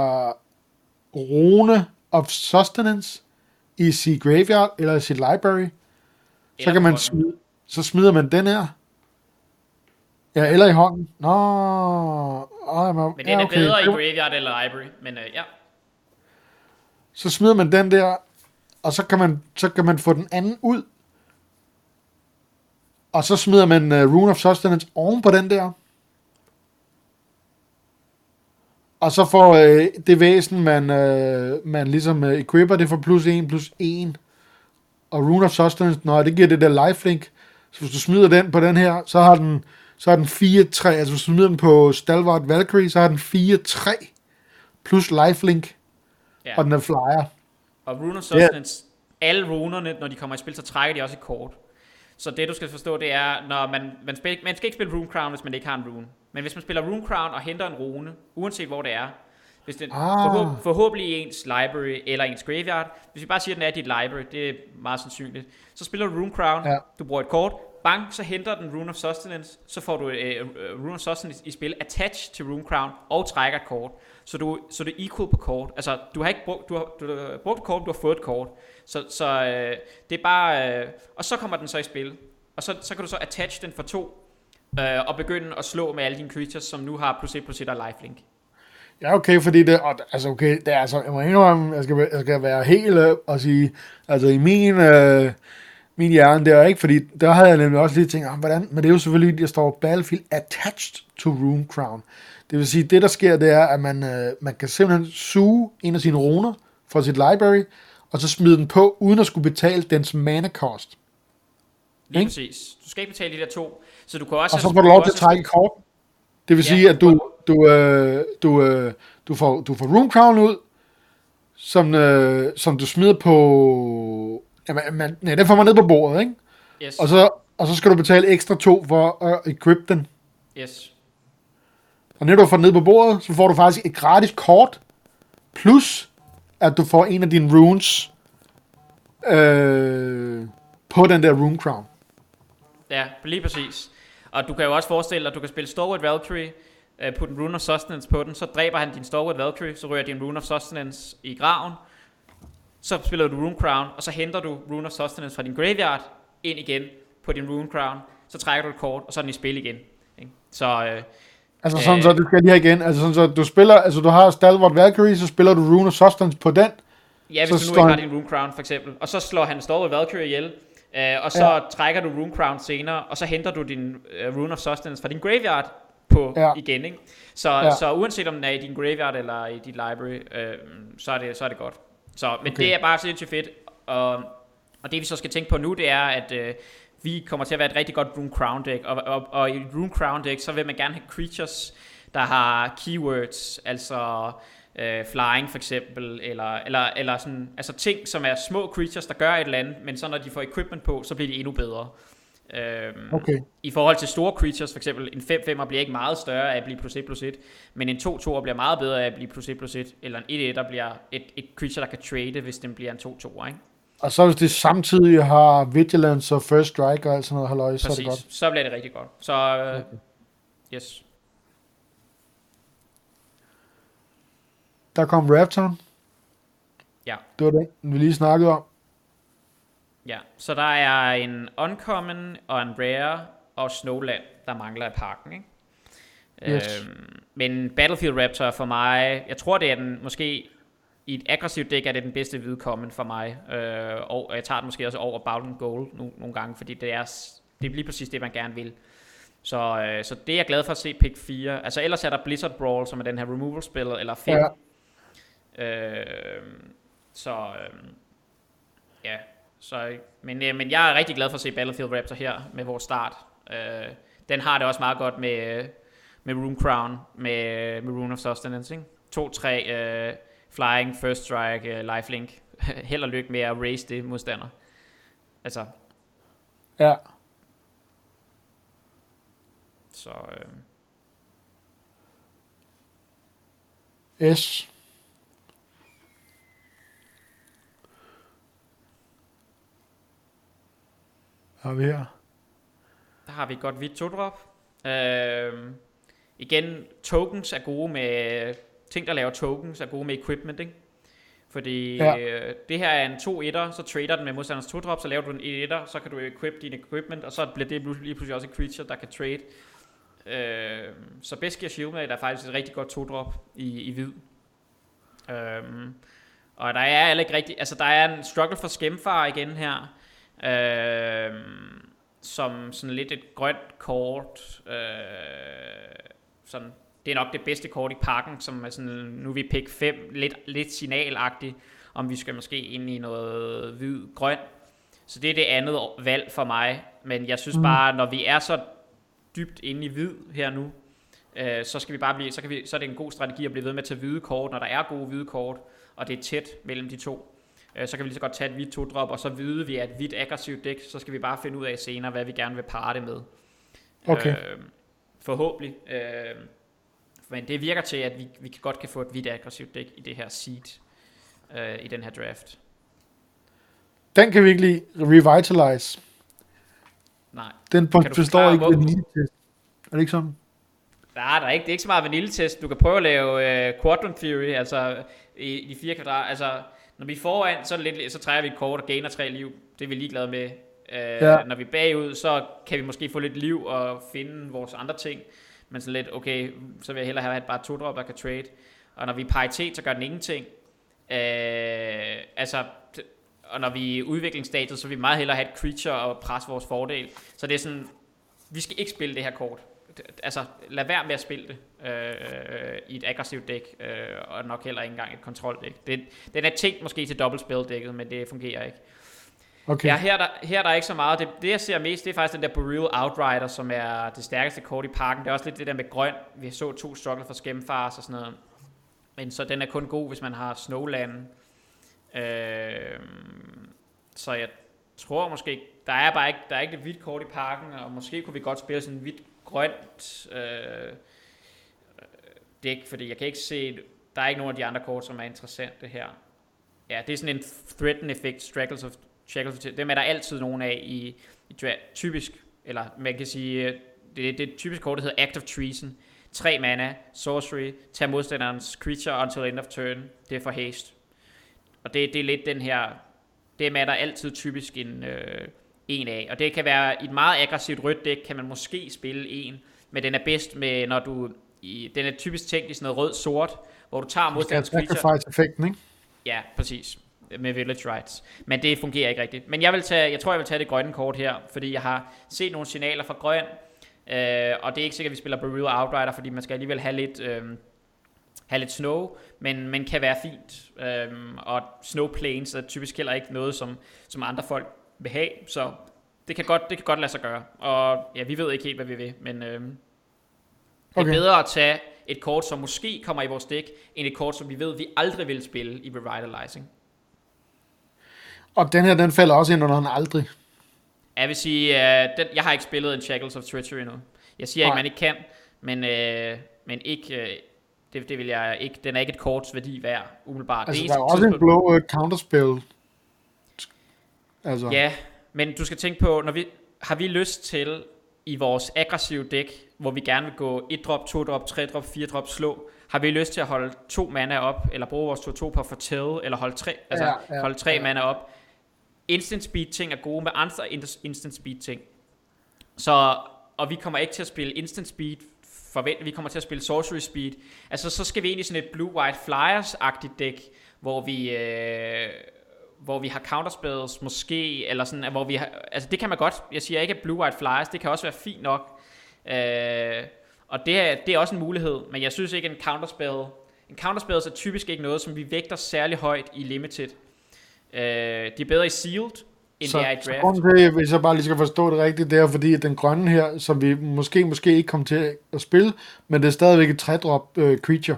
Rune of Sustenance i sit graveyard eller i sit library, så kan man så smider man den her. Ja, eller i hånden. Nå, men den er okay. Bedre i graveyard eller library, men ja. Så smider man den der, og så kan man få den anden ud. Og så smider man Rune of Sustenance oven på den der. Og så får det væsen, man ligesom equipper, det får +1/+1. Og Rune of Sustenance, det giver det der lifelink. Så hvis du smider den på den her, så har den 4-3. Altså hvis du smider den på Stalwart Valkyrie, så har den 4-3 plus lifelink. Ja. Og den er flyer. Og Rune of Sustenance, alle runerne, når de kommer i spil, så trækker de også et kort. Så det du skal forstå, det er, når man skal ikke spille Runecrown, hvis man ikke har en rune. Men hvis man spiller Runecrown og henter en rune, uanset hvor det er, hvis den forhåbentlig i ens library eller ens graveyard, hvis vi bare siger, at den er i dit library, det er meget sandsynligt, så spiller du Runecrown, du bruger et kort, bang, så henter den Rune of Sustenance, så får du Rune of Sustenance i spil, attached til Runecrown, og trækker et kort. Så du er equal på kort. Altså, du har ikke brugt, du har brugt et kort, du har fået et kort. Så det er bare... og så kommer den så i spil. Og så kan du så attach den for 2, og begynde at slå med alle dine creatures, som nu har +1/+1 og lifelink. Ja, okay, fordi det... Altså, okay, det er altså... Jeg må indrømme, jeg skal være helt og sige... Altså, i min hjerne der, ikke? Fordi der havde jeg nemlig også lige tænkt, hvordan... Men det er jo selvfølgelig, der står Battlefield attached to Runecrown. Det vil sige, det der sker, det er, at man kan simpelthen suge en af sine runer fra sit library, og så smide den på, uden at skulle betale dens mana cost. Lige præcis. Du skal ikke betale de der 2. Så du kan også... Og så får du lov til at trække kort. Det vil sige, at du får Runecrown ud, som du smider på... den får man ned på bordet, ikke? Yes. Og så skal du betale ekstra 2 for at equip den. Yes. Og når du får den ned på bordet, så får du faktisk et gratis kort, plus at du får en af dine runes på den der Runecrown. Ja, lige præcis. Og du kan jo også forestille dig, at du kan spille Stalwart Valkyrie, putte en Rune of Sustenance på den, så dræber han din Stalwart Valkyrie, så rører din Rune of Sustenance i graven, så spiller du Rune Crown, og så henter du Rune of Sustenance fra din graveyard ind igen på din Rune Crown, så trækker du et kort, og så er den i spil igen. Ikke? Så... altså sådan så, det skal lige her igen, altså sådan så, du spiller, altså du har Stalwart Valkyrie, så spiller du Rune of Sustenance på den. Ja, hvis du nu ikke har din Rune Crown for eksempel, og så slår han Stalwart Valkyrie ihjel, og så trækker du Rune Crown senere, og så henter du din Rune of Sustenance fra din graveyard på igen, ikke? Så uanset om den er i din graveyard eller i dit library, så er det godt. Så, men det er bare sindssygt fedt, og det vi så skal tænke på nu, det er, at vi kommer til at være et rigtig godt Rune Crown deck, og i Rune Crown deck, så vil man gerne have creatures, der har keywords, altså flying for eksempel, eller sådan, altså ting, som er små creatures, der gør et eller andet, men så når de får equipment på, så bliver de endnu bedre. I forhold til store creatures, for eksempel en 5-5'er bliver ikke meget større af at blive +1/+1, men en 2-2'er bliver meget bedre af at blive +1/+1, eller en 1-1'er bliver et creature, der kan trade, hvis den bliver en 2-2'er, ikke? Og så hvis det samtidig har Vigilance og First Strike og alt sådan noget halløj, så er det godt. Så bliver det rigtig godt. Så yes. Der kom Raptor. Ja. Det var det, vi lige snakkede om. Ja, så der er en Uncommon og en Rare og Snowland, der mangler i parken, ikke? Yes. Men Battlefield Raptor for mig, jeg tror det er den, måske i et aggressivt dæk er det den bedste hvide common for mig, og jeg tager den måske også over Bound Gold nogle gange, fordi det er lige præcis det man gerne vil. Så det er jeg glad for at se pick 4. Altså ellers er der Blizzard Brawl, som er den her removal spil, eller 5. Ja. Men jeg er rigtig glad for at se Battlefield Raptor her med vores start. Den har det også meget godt med Rune Crown, med Rune of Sustenance, ikke? 2-3 flying, first strike, lifelink. Held og lykke med at raise det modstander. Altså. Ja. Så. Yes. Har vi her? Der har vi et godt hvidt 2-drop. Igen, tokens er gode med... Ting, der laver tokens, er gode med equipment, ikke? Fordi det her er en 2-1'er, så trader den med modstanders 2-drop, så laver du en 1-1'er, så kan du equip din equipment, og så bliver det lige pludselig også et creature, der kan trade. Så Beskir Shieldmate er faktisk et rigtig godt 2-drop i hvid. Og der er ikke rigtig... Altså, der er en struggle for Skemfar igen her. Som sådan lidt et grønt kort, sådan, det er nok det bedste kort i pakken, som er sådan, nu er vi pick 5, lidt signalagtigt, om vi skal måske ind i noget hvid-grøn, så det er det andet valg for mig, men jeg synes bare, når vi er så dybt inde i hvid her nu, så skal vi bare blive, så er det en god strategi at blive ved med at tage hvide kort, når der er gode hvide kort, og det er tæt mellem de to. Så kan vi lige så godt tage et hvidt 2-drop, og så vide vi er et hvidt aggressivt dæk, så skal vi bare finde ud af senere, hvad vi gerne vil parre det med. Okay. Forhåbentlig. Men det virker til, at vi godt kan få et hvidt aggressivt dæk i det her seed, i den her draft. Den kan vi ikke lige revitalize. Nej. Den består ikke vaniljetest. Er det ikke sådan? Nej, det er ikke så meget vaniljetest. Du kan prøve at lave Quadrant Theory, altså i de 4 kvadrat, altså... Når vi er foran, så trækker vi et kort og gainer 3 liv. Det er vi ligeglade med. Når vi er bagud, så kan vi måske få lidt liv og finde vores andre ting. Men så lidt, okay, så vil jeg hellere have bare 2-drop, der kan trade. Og når vi er paritet, så gør den ingenting. Og når vi er i udviklingsstadiet, så vil vi meget hellere have et creature og presse vores fordel. Så det er sådan, vi skal ikke spille det her kort. Altså, lad være med at spille det i et aggressivt dæk, og nok heller ikke engang et kontroldæk. Den er tænkt måske til dobbeltspil-dækket, men det fungerer ikke. Okay. Ja, her er der ikke så meget. Det jeg ser mest, det er faktisk den der Boreal Outrider, som er det stærkeste kort i parken. Det er også lidt det der med grøn. Vi så 2 struggle for Skemfars og sådan noget. Men så den er kun god, hvis man har Snowland. Så jeg tror måske, der er ikke et hvidt kort i parken, og måske kunne vi godt spille sådan en hvidt grønt dæk, fordi jeg kan ikke se, der er ikke nogen af de andre kort, som er interessante her. Ja, det er sådan en Threaten Effect, Shackles of dem er der altid nogen af i typisk, eller man kan sige, det typiske kort, der hedder Act of Treason. 3 mana, sorcery, tag modstanderens creature until end of turn. Det er for haste. Og det er lidt den her, det matter altid typisk en af. Og det kan være i et meget aggressivt rødt dæk, kan man måske spille en, men den er bedst med, når du, den er typisk tænkt i sådan noget rød-sort, hvor du tager modstanderens creature. Sacrifice-effekten, ikke? Ja, præcis. Med Village Rights. Men det fungerer ikke rigtigt. Men jeg tror, jeg vil tage det grønne kort her, fordi jeg har set nogle signaler fra grøn, og det er ikke sikkert, at vi spiller Bermuda Outrider, fordi man skal alligevel have lidt snow, men kan være fint. Og snow plains er typisk heller ikke noget, som andre folk vil have, så det kan godt lade sig gøre. Og ja, vi ved ikke helt, hvad vi vil, men det er bedre at tage et kort, som måske kommer i vores dæk, end et kort, som vi ved, vi aldrig vil spille i Revitalizing. Og den her, den falder også ind under den aldrig. Jeg vil sige, jeg har ikke spillet en Shackles of Treachery endnu. Jeg siger ikke, man ikke kan, men ikke, det vil jeg ikke. Den er ikke et korts værdi værd, umiddelbart. Altså, der er også en blå counterspell. Altså. Ja, men du skal tænke på, har vi lyst til i vores aggressive dæk, hvor vi gerne vil gå 1 drop, 2 drop, 3 drop, 4 drop, slå, har vi lyst til at holde 2 mana op, eller bruge vores 2 på Fortell, eller holde 3 mana op. Instant speed ting er gode med andre instant speed ting. Og vi kommer ikke til at spille instant speed, vi kommer til at spille sorcery speed. Altså så skal vi ind i sådan et blue-white flyers-agtigt dæk, hvor vi har counterspells måske, eller sådan, hvor vi har, altså det kan man godt, jeg siger ikke blue-white flyers, det kan også være fint nok. Og det er også en mulighed, men jeg synes ikke en counterspell er typisk ikke noget, som vi vægter særlig højt i limited. De er bedre i sealed, end det er i draft. Så hvis jeg bare lige skal forstå det rigtigt, det er fordi, at den grønne her, som vi måske ikke kommer til at spille, men det er stadigvæk et 3-drop creature.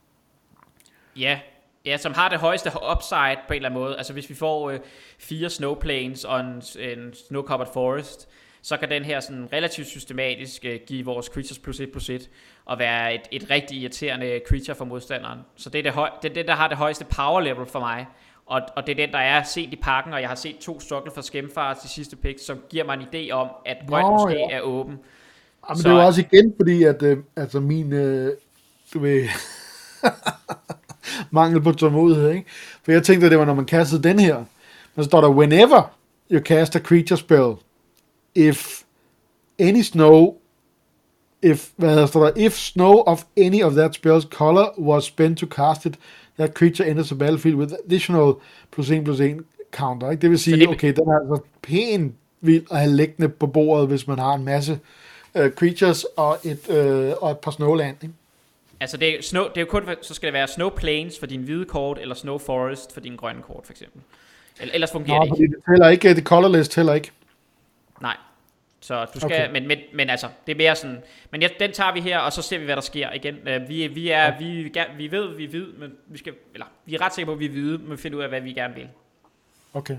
Ja, som har det højeste upside på en eller anden måde. Altså hvis vi får 4 snowplains og en snow-covered forest, så kan den her sådan relativt systematisk give vores creatures +1/+1 og være et rigtig irriterende creature for modstanderen. Så det er det, der har det højeste power level for mig. Og det er den, der er sent i pakken, og jeg har set 2 struggle for Skemfar til sidste pick, som giver mig en idé om, at grøn måske er åben. Men det er jo også igen, fordi at altså min mangel på tålmodighed, ikke? For jeg tænkte, at det var, når man kastede den her, så står der, whenever you cast a creature spell, if snow of any of that spell's color was spent to cast it, that creature enters the battlefield with additional +1/+1 counter, ikke? Det vil sige, okay, den er altså pænt vild at have liggende på bordet, hvis man har en masse creatures og et par snowland, ikke? Altså det er jo kun, så skal det være snow plains for din hvide kort, eller snow forest for din grønne kort, for eksempel. Ellers fungerer det ikke. Det tæller ikke, det colorless tæller ikke. Nej. Så du skal, okay. men altså, det er mere sådan, men den tager vi her, og så ser vi, hvad der sker igen. Vi ved, men vi er ret sikre på, at vi ved, men vi finder ud af, hvad vi gerne vil. Okay.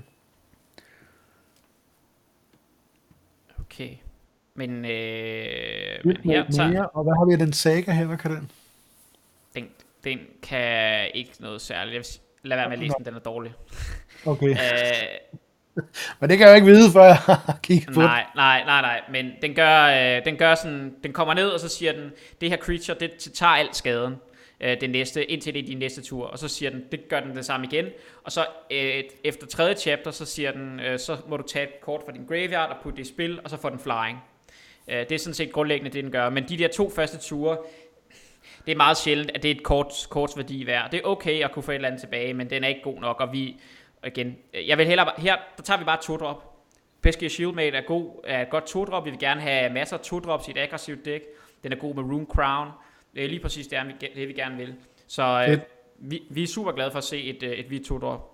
Men her tager, og hvad har vi af den saga her? Hvad kan den? Den kan ikke noget særligt. Lad være med at læse den er dårlig. Okay. Men det kan jeg jo ikke vide, før jeg har kigget på Nej, men den gør sådan, den kommer ned, og så siger den, det her creature, det tager alt skaden indtil det er din næste tur, og så siger den, det gør den det samme igen, og så efter 3. chapter, så siger den, så må du tage et kort fra din graveyard og putte det i spil, og så får den flying. Det er sådan set grundlæggende det, den gør, men de der 2 første ture, det er meget sjældent, at det er et korts værdi værd. Det er okay at kunne få et eller andet tilbage, men den er ikke god nok, og igen, jeg vil hellere, her der tager vi bare 2 drop. Pesky Shieldmate er et godt 2 drop. Vi vil gerne have masser af 2 drops i et aggressivt dæk. Den er god med Rune Crown. Det er lige præcis det vi gerne vil. Så vi er super glade for at se et hvidt 2 drop.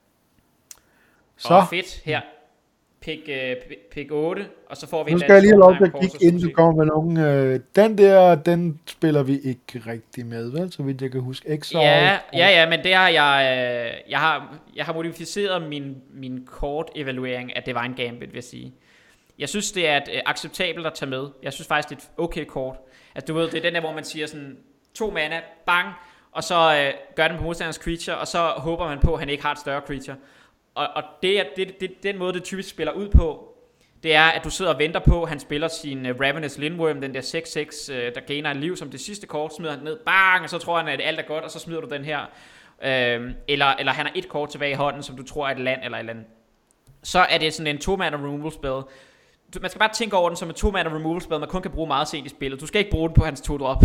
Og fedt her. Pick 8, og så får vi nu skal jeg lige have lov til at kigge, inden du kommer med nogen. Den spiller vi ikke rigtig med, vel? Så vidt jeg kan huske. Ja, men det har jeg har modificeret min kort-evaluering, at det var en gambit, vil jeg sige. Jeg synes, det er acceptabelt at tage med. Jeg synes faktisk, det er et okay kort. Altså, du ved, det er den der, hvor man siger sådan, 2 mana, bang, og så gør den på modstanderens creature, og så håber man på, at han ikke har et større creature. Og det er den måde, det typisk spiller ud på. det er, at du sidder og venter på, at han spiller sin Ravenous Lindworm, den der 6-6, der gainer en liv som det sidste kort, smider han ned, bang, og så tror han, at alt er godt, og så smider du den her. Eller han har et kort tilbage i hånden, som du tror er et land eller et eller andet. Så er det sådan en 2-mana removal spell. Man skal bare tænke over den som en 2-mana removal spell, man kun kan bruge meget sent i spillet. Du skal ikke bruge den på hans 2-drop.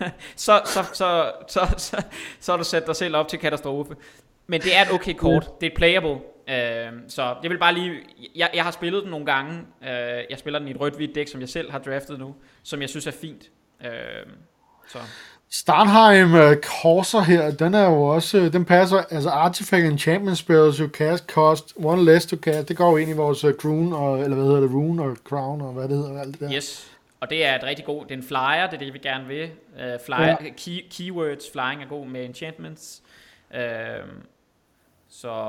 så har du sat dig selv op til katastrofe. Men det er et okay kort. Det er et playable. Så jeg vil bare lige... Jeg har spillet den nogle gange. Jeg spiller den i et rødt-hvidt dæk, som jeg selv har draftet nu, som jeg synes er fint. Så... Starnheim Corsair her, den er jo også, den passer, altså Artifact Enchantment Spells, you cast cost, one less to cast, det går jo ind i vores Rune, eller hvad hedder det, Rune og Crown, og hvad det hedder, alt det der. Yes, og det er et rigtig god, det er en flyer, det er det, vi gerne vil. Flyer, keywords, flying er god med enchantments. Så...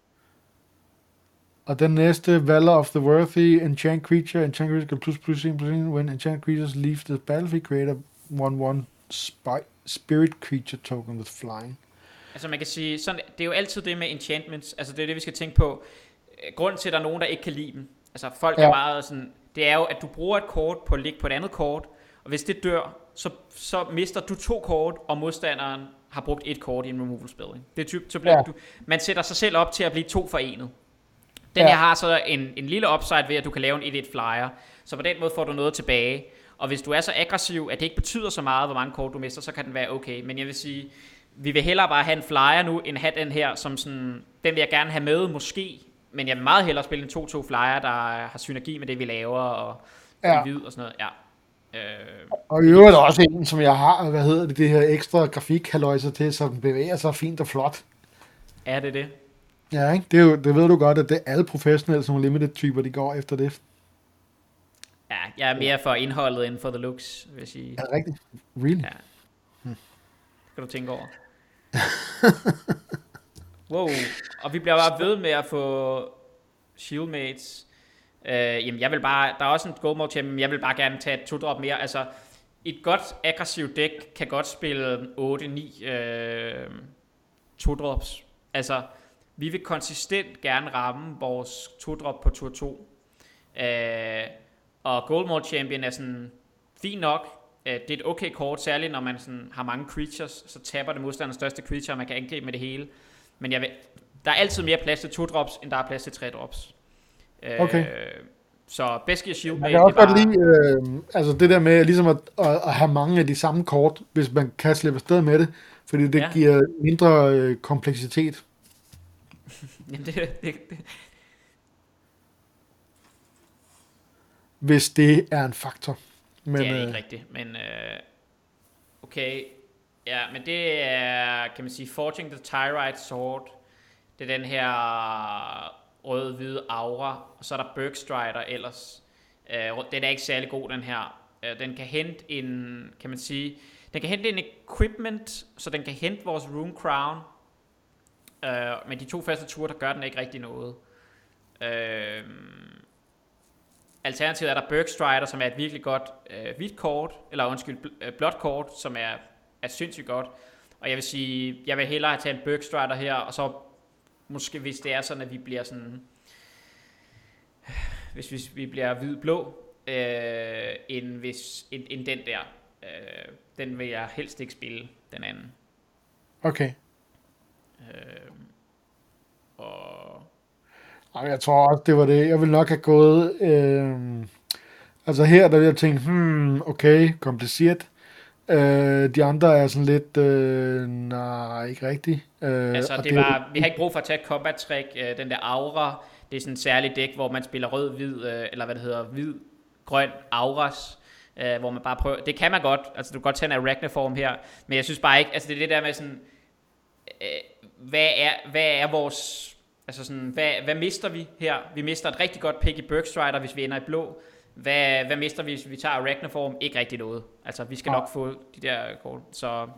Og den næste, Valor of the Worthy, enchant creature can ++++, when enchant creatures leave the battlefield, create a 1/1 spirit creature token with flying. Altså man kan sige, sådan, det er jo altid det med enchantments, altså det er det vi skal tænke på. Grunden til at der er nogen der ikke kan lide dem, altså folk er meget sådan, det er jo at du bruger et kort på at ligge på et andet kort, og hvis det dør, så mister du 2 kort, og modstanderen har brugt 1 kort i en removal spell. Det er typisk, så bliver man sætter sig selv op til at blive 2 for 1. Den her har så en lille upside ved at du kan lave en 1/1 flyer, så på den måde får du noget tilbage. Og hvis du er så aggressiv, at det ikke betyder så meget, hvor mange kort du mister, så kan den være okay. Men jeg vil sige, vi vil hellere bare have en flyer nu, end have den her, som sådan, den vil jeg gerne have med, måske. Men jeg vil meget hellere spille en 2/2 flyer, der har synergi med det, vi laver, og hvid og sådan noget. Ja. Og i øvrigt også en, som jeg har, hvad hedder det her ekstra grafik-halløjser til, så den bevæger sig fint og flot. Er det det? Ja, ikke? Det ved du godt, at det er alle professionelle, som limited-typer, de går efter det. Ja, jeg er mere for indholdet end for the looks, vil jeg sige. Er det rigtigt? Really? Ja. Skal du tænke over. Wow. Og vi bliver bare ved med at få shieldmates. Jamen jeg vil bare, der er også en goldmode champion, men jeg vil bare gerne tage et 2-drop mere. Altså, et godt aggressivt dæk kan godt spille 8-9 2-drops. Altså, vi vil konsistent gerne ramme vores 2-drop på tur 2. Og Goldmore Champion er sådan fint nok. Det er et okay kort, særligt når man sådan har mange creatures, så taber det modstanderens største creature, og man kan angribe med det hele. Men der er altid mere plads til 2-drops, end der er plads til 3-drops. Okay. Så bedst giver shield med. Jeg kan også godt lide, altså det der med ligesom at have mange af de samme kort, hvis man kan slippe afsted med det, fordi det giver mindre kompleksitet. Jamen det. Hvis det er en faktor. Men, det er ikke rigtigt, men okay. Ja, men det er, kan man sige, Forging the Tyrite Sword. Det er den her rød-hvide aura, og så er der Bergstrider ellers. Den er ikke særlig god, den her. Den kan hente en, kan man sige, den kan hente en equipment, så den kan hente vores Rune Crown. Men de 2 første ture, der gør den ikke rigtig noget. Alternativet er der Bergstrider, som er et virkelig godt hvidt kort, eller blåt kort, som er sindssygt godt. Og jeg vil sige, jeg vil hellere tage en Bergstrider her, og så måske hvis det er sådan, at vi bliver sådan, hvis vi bliver hvid-blå, end den der. Den vil jeg helst ikke spille, den anden. Okay. Og jeg tror også, det var det. Jeg ville nok have gået... altså her, der vil jeg tænke, okay, kompliceret. De andre er sådan lidt... nej, ikke rigtigt. Altså, vi har ikke brug for at tage et combat-trick. Den der aura, det er sådan en særlig dæk, hvor man spiller rød-hvid, eller hvad det hedder, hvid-grøn auras. Hvor man bare prøver... Det kan man godt. Altså, du kan godt tage en Arachniform her. Men jeg synes bare ikke... Altså, det er det der med sådan... Hvad er vores... Altså sådan, hvad mister vi her? Vi mister et rigtig godt pick i Bergstrider, hvis vi ender i blå. Hvad mister vi, hvis vi tager Arachniform? Ikke rigtig noget. Altså, vi skal nok få de der kort. Så...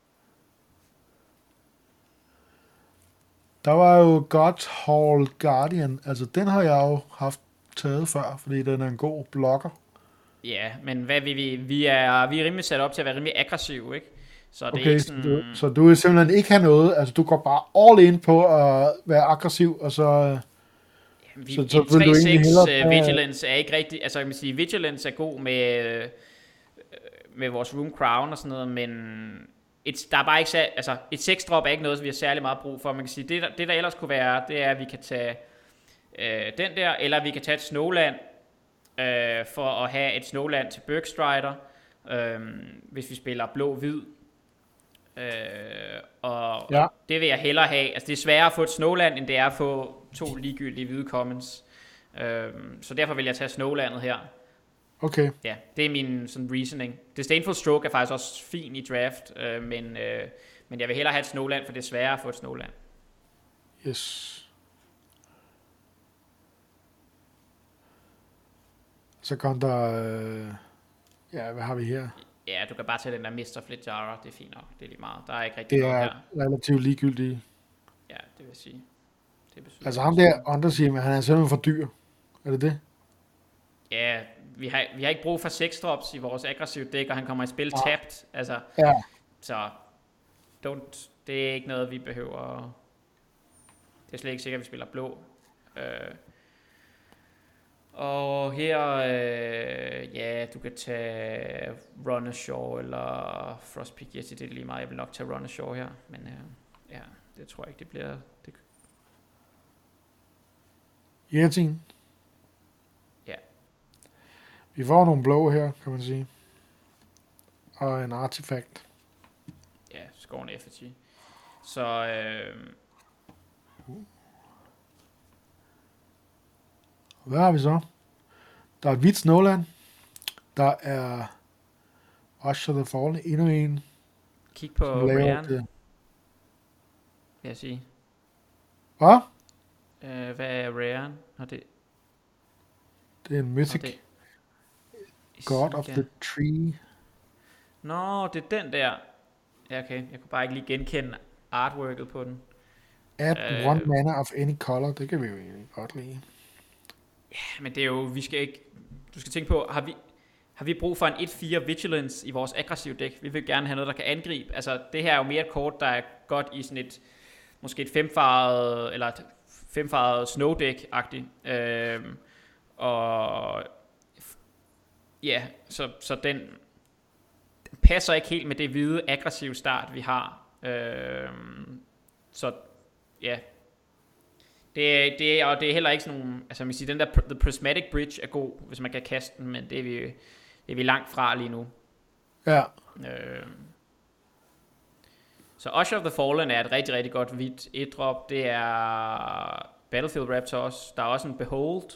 Der var jo Godhall Guardian. Altså, den har jeg jo haft taget før, fordi den er en god blokker. Ja, men hvad vi er rimelig sat op til at være rimelig aggressive, ikke? Så det okay, er ikke sådan... så du vil simpelthen ikke have noget, altså du går bare all in på at være aggressiv, og så... så vil du egentlig 3-6 Vigilance er ikke rigtig, altså jeg kan sige, Vigilance er god med vores Room Crown og sådan noget, men der er bare ikke, altså et 6-drop er ikke noget, som vi har særlig meget brug for. Man kan sige, det der ellers kunne være, det er, at vi kan tage den der, eller vi kan tage et Snowland, for at have et Snowland til Burgstrider, hvis vi spiller blå-hvid. Og det vil jeg hellere have. Altså det er sværere at få et Snowland, end det er at få 2 ligegyldige hvide commons. Så derfor vil jeg tage Snowlandet her. Okay. Ja, det er min sådan reasoning. Disdainful Stroke er faktisk også fin i draft, men jeg vil hellere have et Snowland, for det er sværere at få et Snowland. Yes. Så kom der... hvad har vi her? Ja, du kan bare tage den der Mr. Fletjara, det er fint nok. Det er lige meget. Der er ikke rigtig noget her. Det er relativt ligegyldigt. Ja, det vil sige. Altså ham der Underseam, han er simpelthen for dyr. Er det det? Ja, vi har ikke brug for 6 drops i vores aggressive dæk, og han kommer i spil tabt. Altså, så det er ikke noget, vi behøver. Det er slet ikke sikkert, at vi spiller blå. Og her, du kan tage Runnershaw eller Frostpeak. Yes, det er lige meget. Jeg vil nok tage Runnershaw her, men det tror jeg ikke, det bliver. Yetin. Ja. Vi får nogle blå her, kan man sige. Og en artifact. Ja, Scorn Effigy. Så hvad har vi så? Der er et hvidt Snowland. Der er Usher the Fallen, endnu en. Kig på Raren, vil jeg sige. Hvad? Hvad er Raren? Det er en Mythic. God of the Tree. Nå, det er den der. Ja, okay. Jeg kunne bare ikke lige genkende artworket på den. Add 1 mana of any color. Det kan vi jo egentlig godt lide. Ja, men det er jo, vi skal ikke, du skal tænke på, har vi brug for en 1-4 Vigilance i vores aggressive dæk? Vi vil gerne have noget, der kan angribe. Altså, det her er jo mere et kort, der er godt i sådan et, måske et 5-farvet, eller et 5-farvet snow deck-agtigt. Og ja, så den passer ikke helt med det hvide aggressive start, vi har. Så ja, det er heller ikke sådan nogle, altså man siger, den der The Prismatic Bridge er god, hvis man kan kaste den, men det er vi langt fra lige nu. Ja. Så Usher of the Fallen er et rigtig, rigtig godt hvidt et-drop. Det er Battlefield Raptor også. Der er også en Behold.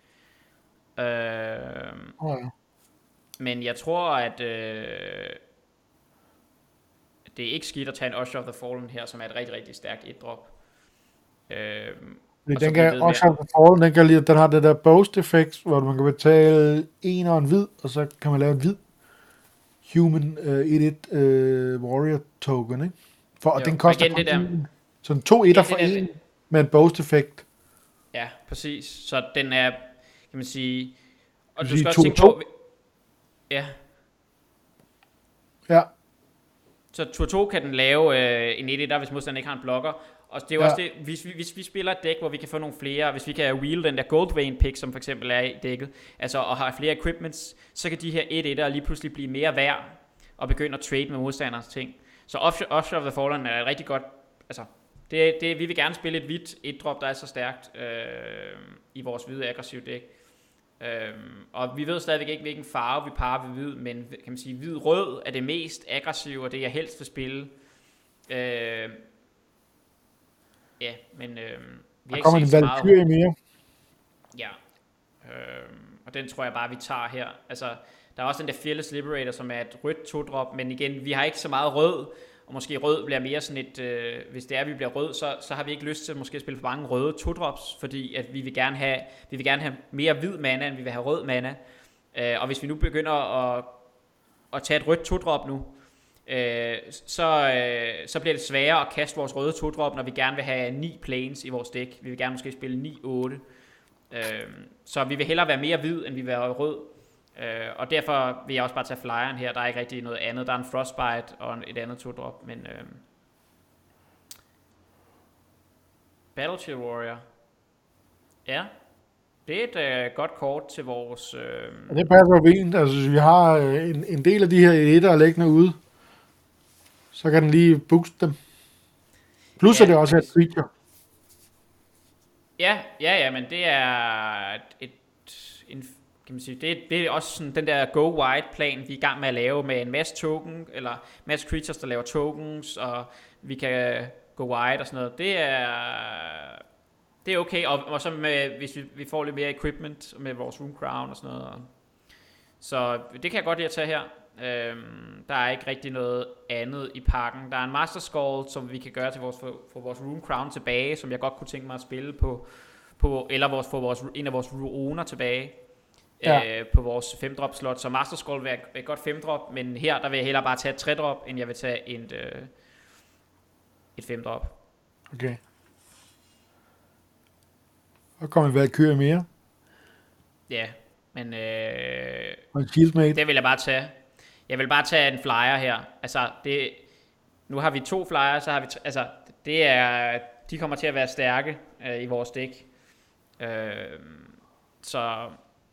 Men jeg tror, at det er ikke skidt at tage en Usher of the Fallen her, som er et rigtig, rigtig stærkt et-drop. Den kan Usher of the Fallen, den har det der Boast effect, hvor man kan betale en og en hvid, og så kan man lave en hvid Human 1-1 Warrior token, ikke? Og den koster sådan 2 etter for en med en Boast effect. Ja, præcis. Så den er, kan man sige, og du skal også tænke på, ja. Så tur 2 kan den lave en 1-1, hvis modstanderen ikke har en blokker. Og det er jo også det, hvis vi spiller et dæk, hvor vi kan få nogle flere, hvis vi kan wheel den der Goldvein pick, som for eksempel er i dækket, altså og har flere equipments, så kan de her 1-1'er lige pludselig blive mere værd og begynde at trade med modstanders ting. Så Usher of the Fallen er rigtig godt, altså vi vil gerne spille et hvidt et-drop, der er så stærkt i vores hvide aggressive dæk. Og vi ved stadigvæk ikke, hvilken farve vi parer ved hvid, men kan man sige, hvid-rød er det mest aggressive, og det jeg helst vil spille. Ja, men vi har ikke set så meget. Der mere. Ja, og den tror jeg bare, vi tager her. Altså, der er også den der Fearless Liberator, som er et rødt 2-drop, men igen, vi har ikke så meget rød, og måske rød bliver mere sådan et, hvis det er, vi bliver rød, så har vi ikke lyst til måske at spille for mange røde 2-drops, fordi at vi vil gerne have mere hvid mana, end vi vil have rød mana. Og hvis vi nu begynder at tage et rødt 2-drop nu, så bliver det sværere at kaste vores røde 2-drop, når vi gerne vil have 9 planes i vores dæk. Vi vil gerne måske spille 9-8. Så vi vil hellere være mere hvid, end vi vil være rød. Og derfor vil jeg også bare tage flyeren her. Der er ikke rigtig noget andet. Der er en Frostbite og et andet 2-drop. Men Battle Chill Warrior. Ja, Det er et godt kort til vores... Og det passer jo fint. Altså, vi har en del af de her etter liggende ude, så kan den lige booste dem. Plus Ja, er det også et feature. ja, men det er kan man sige, det er også sådan den der go wide plan, vi er i gang med at lave med en masse token, eller masse creatures, der laver tokens, og vi kan go wide og sådan noget. Det er okay, og så med, hvis vi får lidt mere equipment med vores Rune Crown og sådan noget. Så det kan jeg godt lide at tage her. Der er ikke rigtig noget andet i pakken. Der er en Master Skull, som vi kan gøre til få vores Rune Crown tilbage, som jeg godt kunne tænke mig at spille på eller få en af vores Ruoner tilbage. Ja. På vores 5-drop slot. Så Master Skull vil være et godt 5-drop, men her der vil jeg hellere bare tage et 3-drop, end jeg vil tage et 5-drop. Okay. Og kommer vi Valkyrie mere? Ja, men det vil jeg bare tage. Jeg vil bare tage en flyer her. Altså, nu har vi 2 flyers, så har vi altså, de kommer til at være stærke i vores dæk. Så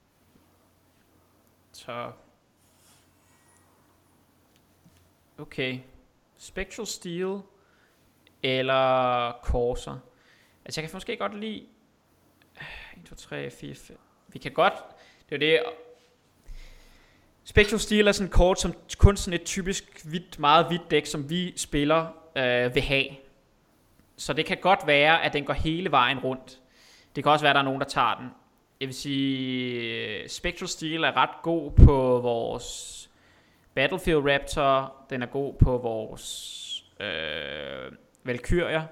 okay. Spectral Steel eller Corsair. Altså, jeg kan måske godt lide 1, 2, 3, 4, 5. Vi kan godt. Det er det. Spectral Steel er sådan et kort, som kun sådan et typisk meget hvidt dæk, som vi spiller vil have. Så det kan godt være, at den går hele vejen rundt. Det kan også være, at der er nogen, der tager den. Jeg vil sige, Spectral Steel er ret god på vores Battlefield Raptor. Den er god på vores Valkyria.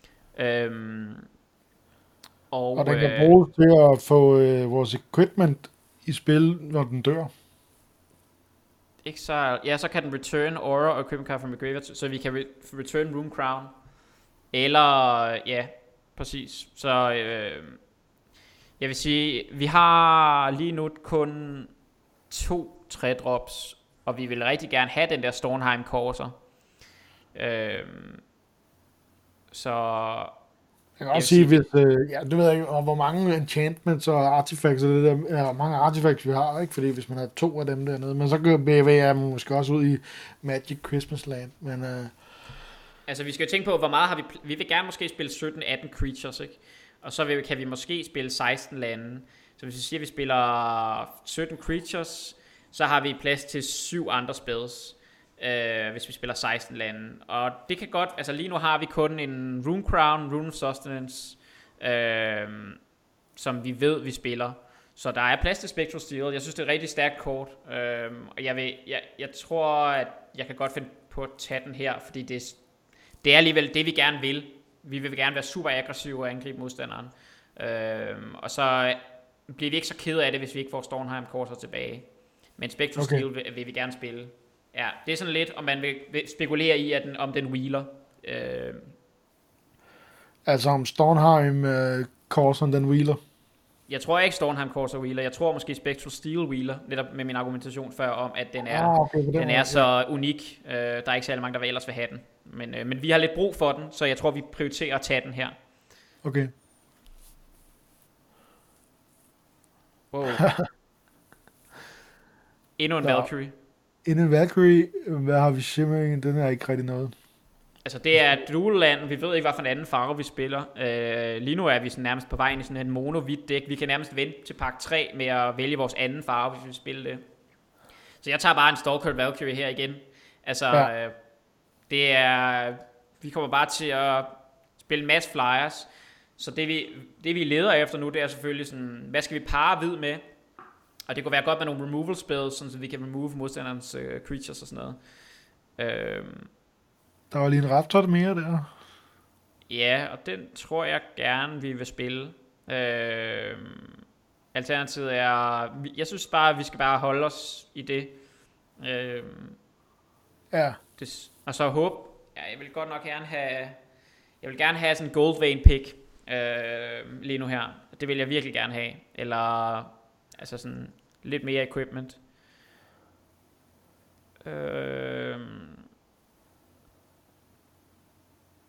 Og den kan bruges til at få vores equipment i spil, når den dør. Ikke så, ja, så kan den return aura og equipment card from the graveyard, så vi kan return Rune Crown. Eller, ja, præcis. Så jeg vil sige, vi har lige nu kun 2 3-drops, og vi vil rigtig gerne have den der Stornheim Corsair. Så jeg kan også sige, hvis, du ved ikke, hvor mange enchantments og artifacts, og det der, hvor mange artifacts vi har, ikke? Fordi hvis man har 2 af dem dernede, men så bevæger jeg måske også ud i Magic Christmas Land, men... Altså, vi skal jo tænke på, hvor meget har vi vil gerne måske spille 17-18 creatures, ikke? Og så kan vi måske spille 16 lande. Så hvis vi siger, at vi spiller 17 creatures, så har vi plads til 7 andre spells, hvis vi spiller 16 lande. Og det kan godt, altså lige nu har vi kun en Rune Crown, Rune of Sustenance, som vi ved, vi spiller. Så der er plads til Spectral Steel. Jeg synes, det er et rigtig stærkt kort. Og jeg tror, at jeg kan godt finde på at tage den her, fordi det er alligevel det, vi gerne vil. Vi vil gerne være super aggressive og angribe modstanderen. Og så bliver vi ikke så kede af det, hvis vi ikke får Stornheim Corsair tilbage. Men Spectral Steel vil vi gerne spille. Ja, det er sådan lidt, om man vil spekulere i, om den wheeler. Altså om Stornheim Corsair, den wheeler? Jeg tror ikke Stornheim Corsair wheeler. Jeg tror måske Spectral Steel wheeler, netop med min argumentation før om, at den er så unik. Der er ikke særlig mange, der ellers vil have den. Men vi har lidt brug for den, så jeg tror, vi prioriterer at tage den her. Okay. Wow. Endnu en Valkyrie. Endnu en Valkyrie. Hvad har vi shimmering? Den er ikke rigtig noget. Altså det er dual land. Vi ved ikke, hvad for en anden farve vi spiller. Lige nu er vi sådan nærmest på vej ind i sådan en mono-hvidt dæk. Vi kan nærmest vente til pakke 3 med at vælge vores anden farve, hvis vi vil spille det. Så jeg tager bare en Stalker Valkyrie her igen. Altså, det er... Vi kommer bare til at spille en masse flyers. Så det vi leder efter nu, det er selvfølgelig sådan, hvad skal vi parre hvid med? Og det kunne være godt med nogle removal spells, så vi kan remove modstanderens creatures og sådan noget. Der var lige en Raptor mere der. Ja, og den tror jeg gerne, vi vil spille. Alternativet er... Jeg synes bare, vi skal bare holde os i det. Ja. Og så håbe... Ja, jeg vil godt nok gerne have... Jeg vil gerne have sådan en Goldvein pick lige nu her. Det vil jeg virkelig gerne have. Eller... Altså sådan... Lidt mere equipment.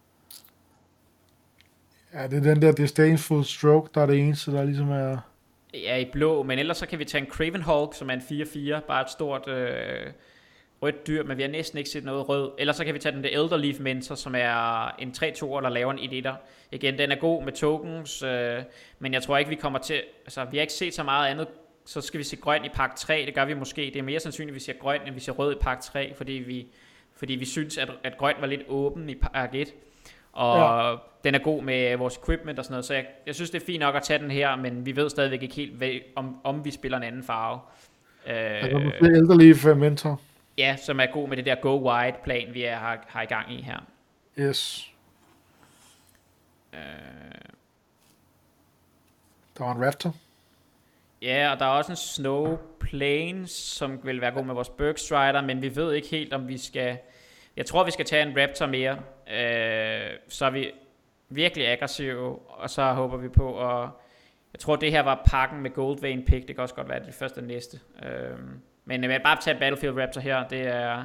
Ja, det er den der Disdainful Stroke, der er det eneste, der ligesom er... Ja, i blå, men ellers så kan vi tage en Craven Hulk, som er en 4-4, bare et stort rødt dyr, men vi har næsten ikke set noget rød. Ellers så kan vi tage den der Elderleaf Mentor, som er en 3-2'er, der laver en 1-1'er. Igen, den er god med tokens, men jeg tror ikke, vi kommer til... Altså, vi har ikke set så meget andet. Så skal vi se grøn i pakke 3, det gør vi måske. Det er mere sandsynligt, at vi ser grøn, end vi ser rød i pakke 3, fordi vi synes, at grøn var lidt åben i pakke 1. Og den er god med vores equipment og sådan noget, så jeg synes, det er fint nok at tage den her, men vi ved stadigvæk ikke helt, om vi spiller en anden farve. Elderleaf Mentor. Ja, som er god med det der go wide plan, vi har i gang i her. Yes. Der var en Raptor. Ja, og der er også en Snow Plains, som vil være god med vores Bergstrider, men vi ved ikke helt, om vi skal... Jeg tror, vi skal tage en Raptor mere, så er vi virkelig aggressive, og så håber vi på at... Jeg tror, det her var pakken med Goldvein pick, det kan også godt være det første og næste. Men jeg vil bare tage Battlefield Raptor her, det er...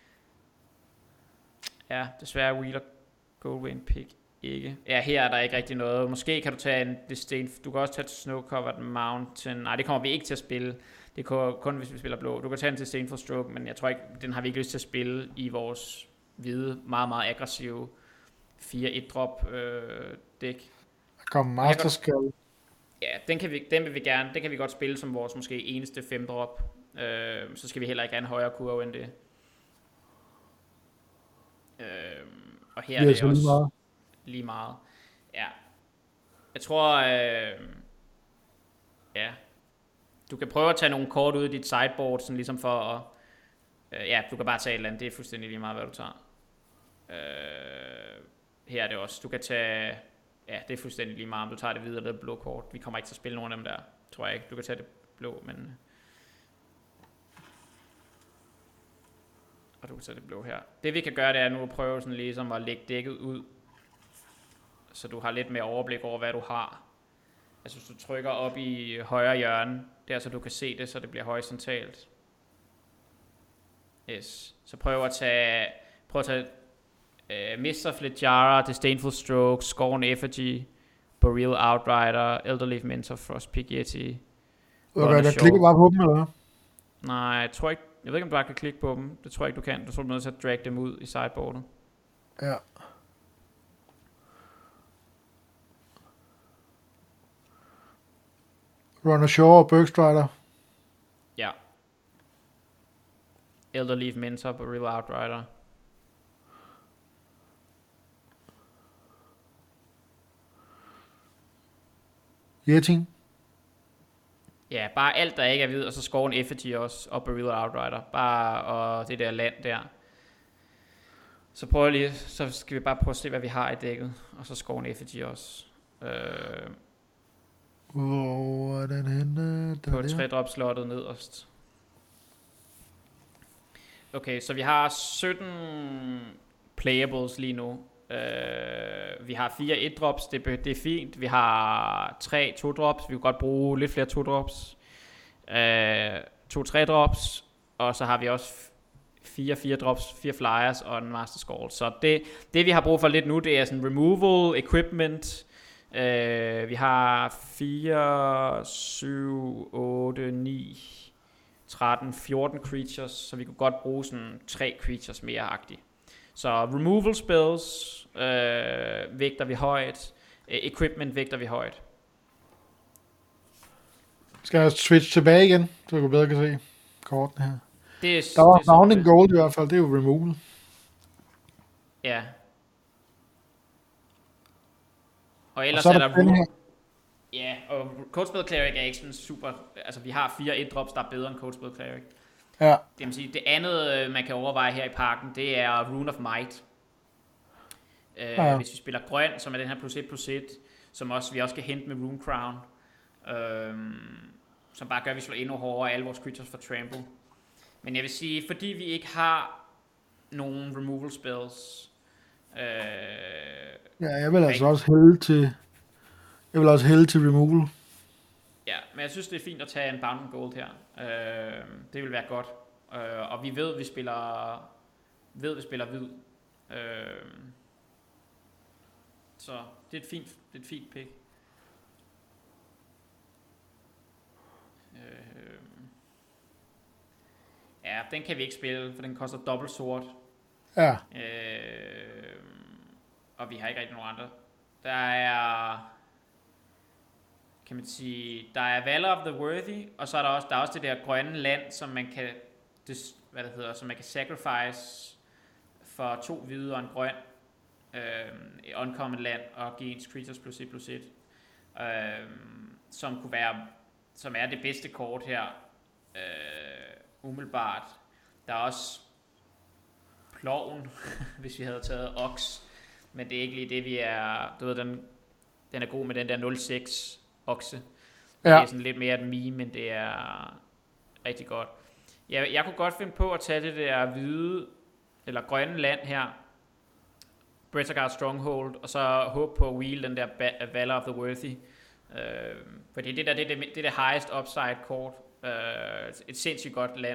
Ja, desværre Wheeler Goldvein pick ikke. Ja, her er der ikke rigtig noget. Måske kan du tage en Disdain, du kan også tage Snow-Covered Mountain. Nej, det kommer vi ikke til at spille. Det er kun hvis vi spiller blå. Du kan tage en Disdainful Stroke, men jeg tror ikke, den har vi ikke lyst til at spille i vores hvide, meget, meget aggressive 4-1 drop dæk. Der kommer Master Skull. Ja, den kan vi godt spille som vores måske eneste 5 drop. Så skal vi heller ikke have en højere kurve end det. Og her er det også lige meget. Ja. Jeg tror ja. Du kan prøve at tage nogle kort ud i dit sideboard, sådan ligesom for at... ja, du kan bare tage et eller andet. Det er fuldstændig lige meget, hvad du tager. Her er det også. Du kan tage... Ja, det er fuldstændig lige meget, om du tager det hvide eller det blå kort. Vi kommer ikke til at spille nogen af dem der, tror jeg ikke. Du kan tage det blå, men... Og du kan tage det blå her. Det vi kan gøre, det er nu at prøve sådan ligesom at lægge dækket ud. Så du har lidt mere overblik over, hvad du har. Altså hvis du trykker op i højre hjørne, der så du kan se det, så det bliver horisontalt. Yes. Så prøv at tage Mr. Fletjara, Disdainful Stroke, Scorn Effigy, Boreal Outrider, Elderleaf Mentor, Frostpeak Yeti. Okay, der klikker bare på dem, eller hvad? Nej, jeg ved ikke, om du bare kan klikke på dem. Det tror jeg ikke, du kan. Du tror, du er nødt til at drag dem ud i sideboardet. Ja. Runner Shaw og Bergstrider. Ja. Elderleaf Mentor, Boreal Outrider. Yeti. Ja, bare alt, der ikke er hvid, og så Scorn Effigy også, og Boreal Outrider. Bare og det der land der. Så skal vi bare prøve at se, hvad vi har i dækket. Og så Scorn Effigy også. Hvor er den henne? På 3-drop-slottet nederst. Okay, så vi har 17 playables lige nu. Vi har 4 1-drops, det er fint. Vi har 3 2-drops, vi kan godt bruge lidt flere 2-drops. 2 3-drops, og så har vi også 4 4-drops, 4 flyers og en Master Skull. Så det vi har brug for lidt nu, det er sådan removal, equipment. Vi har 4, 7, 8, 9, 13, 14 creatures, så vi kunne godt bruge sådan 3 creatures mere-agtigt. Så removal spells vægter vi højt, equipment vægter vi højt. Skal jeg switch tilbage igen, så du bedre kan se kortene her? Der var Founding Gold i hvert fald, det er jo removal. Ja. Og ellers og er der ja, og Codespell Cleric er ikke sådan super... Altså vi har 4 1-drops, der er bedre end Codespell Cleric. Ja. Det vil sige, det andet man kan overveje her i parken, det er Rune of Might. Hvis vi spiller grøn, som er den her +1/+1, som vi også skal hente med Rune Crown, som bare gør, at vi slår endnu hårdere alle vores creatures for trample. Men jeg vil sige, fordi vi ikke har nogen removal spells, ja, jeg vil altså også hælde til removal. Ja, men jeg synes, det er fint at tage en Bound Gold her. Det vil være godt. Og vi ved, vi spiller hvid. Så det er et fint pick. Øh, ja, den kan vi ikke spille, for den koster dobbelt sort. Ja. Og vi har ikke rigtig nogen andre. Der er, kan man sige, der er Valor of the Worthy, og så er der også det der grønne land, som man kan, som man kan sacrifice for 2 hvide og en grøn uncommon land og give ens creatures +1/+1, som kunne være, som er det bedste kort her umiddelbart. Der er også ploven, hvis vi havde taget Ox, men det er ikke lige det vi er, du ved, den er god med den der 0/6 okse. Ja. Det er sådan lidt mere et meme, men det er rigtig godt. Jeg kunne godt finde på at tage det der hvide eller grønne land her, Bretagard Stronghold, og så håbe på at wheel den der Valor of the Worthy. Fordi det er det highest upside kort. Et sindssygt godt land.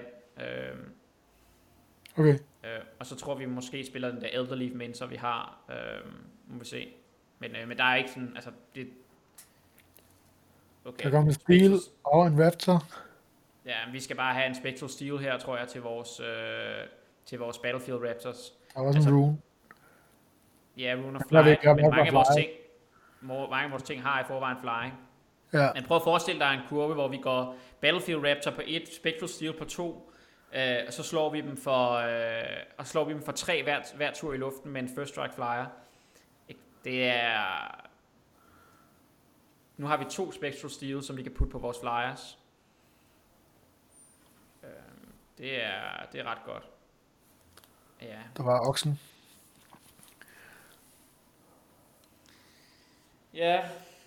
Okay. Og så tror vi måske spiller den der Elderleaf med, så vi har, må vi se. Men der er ikke sådan, altså det. Okay. Der kommer en Steel og en Raptor. Ja, vi skal bare have en Spectral Steel her, tror jeg, til vores Battlefield Raptors. Der er også en Rune. Ja, Rune of Flight, men mange af vores ting har i forvejen flying. Ja. Men prøv at forestille dig en kurve, hvor vi går Battlefield Raptor på 1, Spectral Steel på 2, og så slår vi dem for 3 hver tur i luften med en First Strike Flyer. Det er. Nu har vi 2 Spectral Steel, som vi kan putte på vores flyers. Det er ret godt. Ja. Der var oksen. Ja.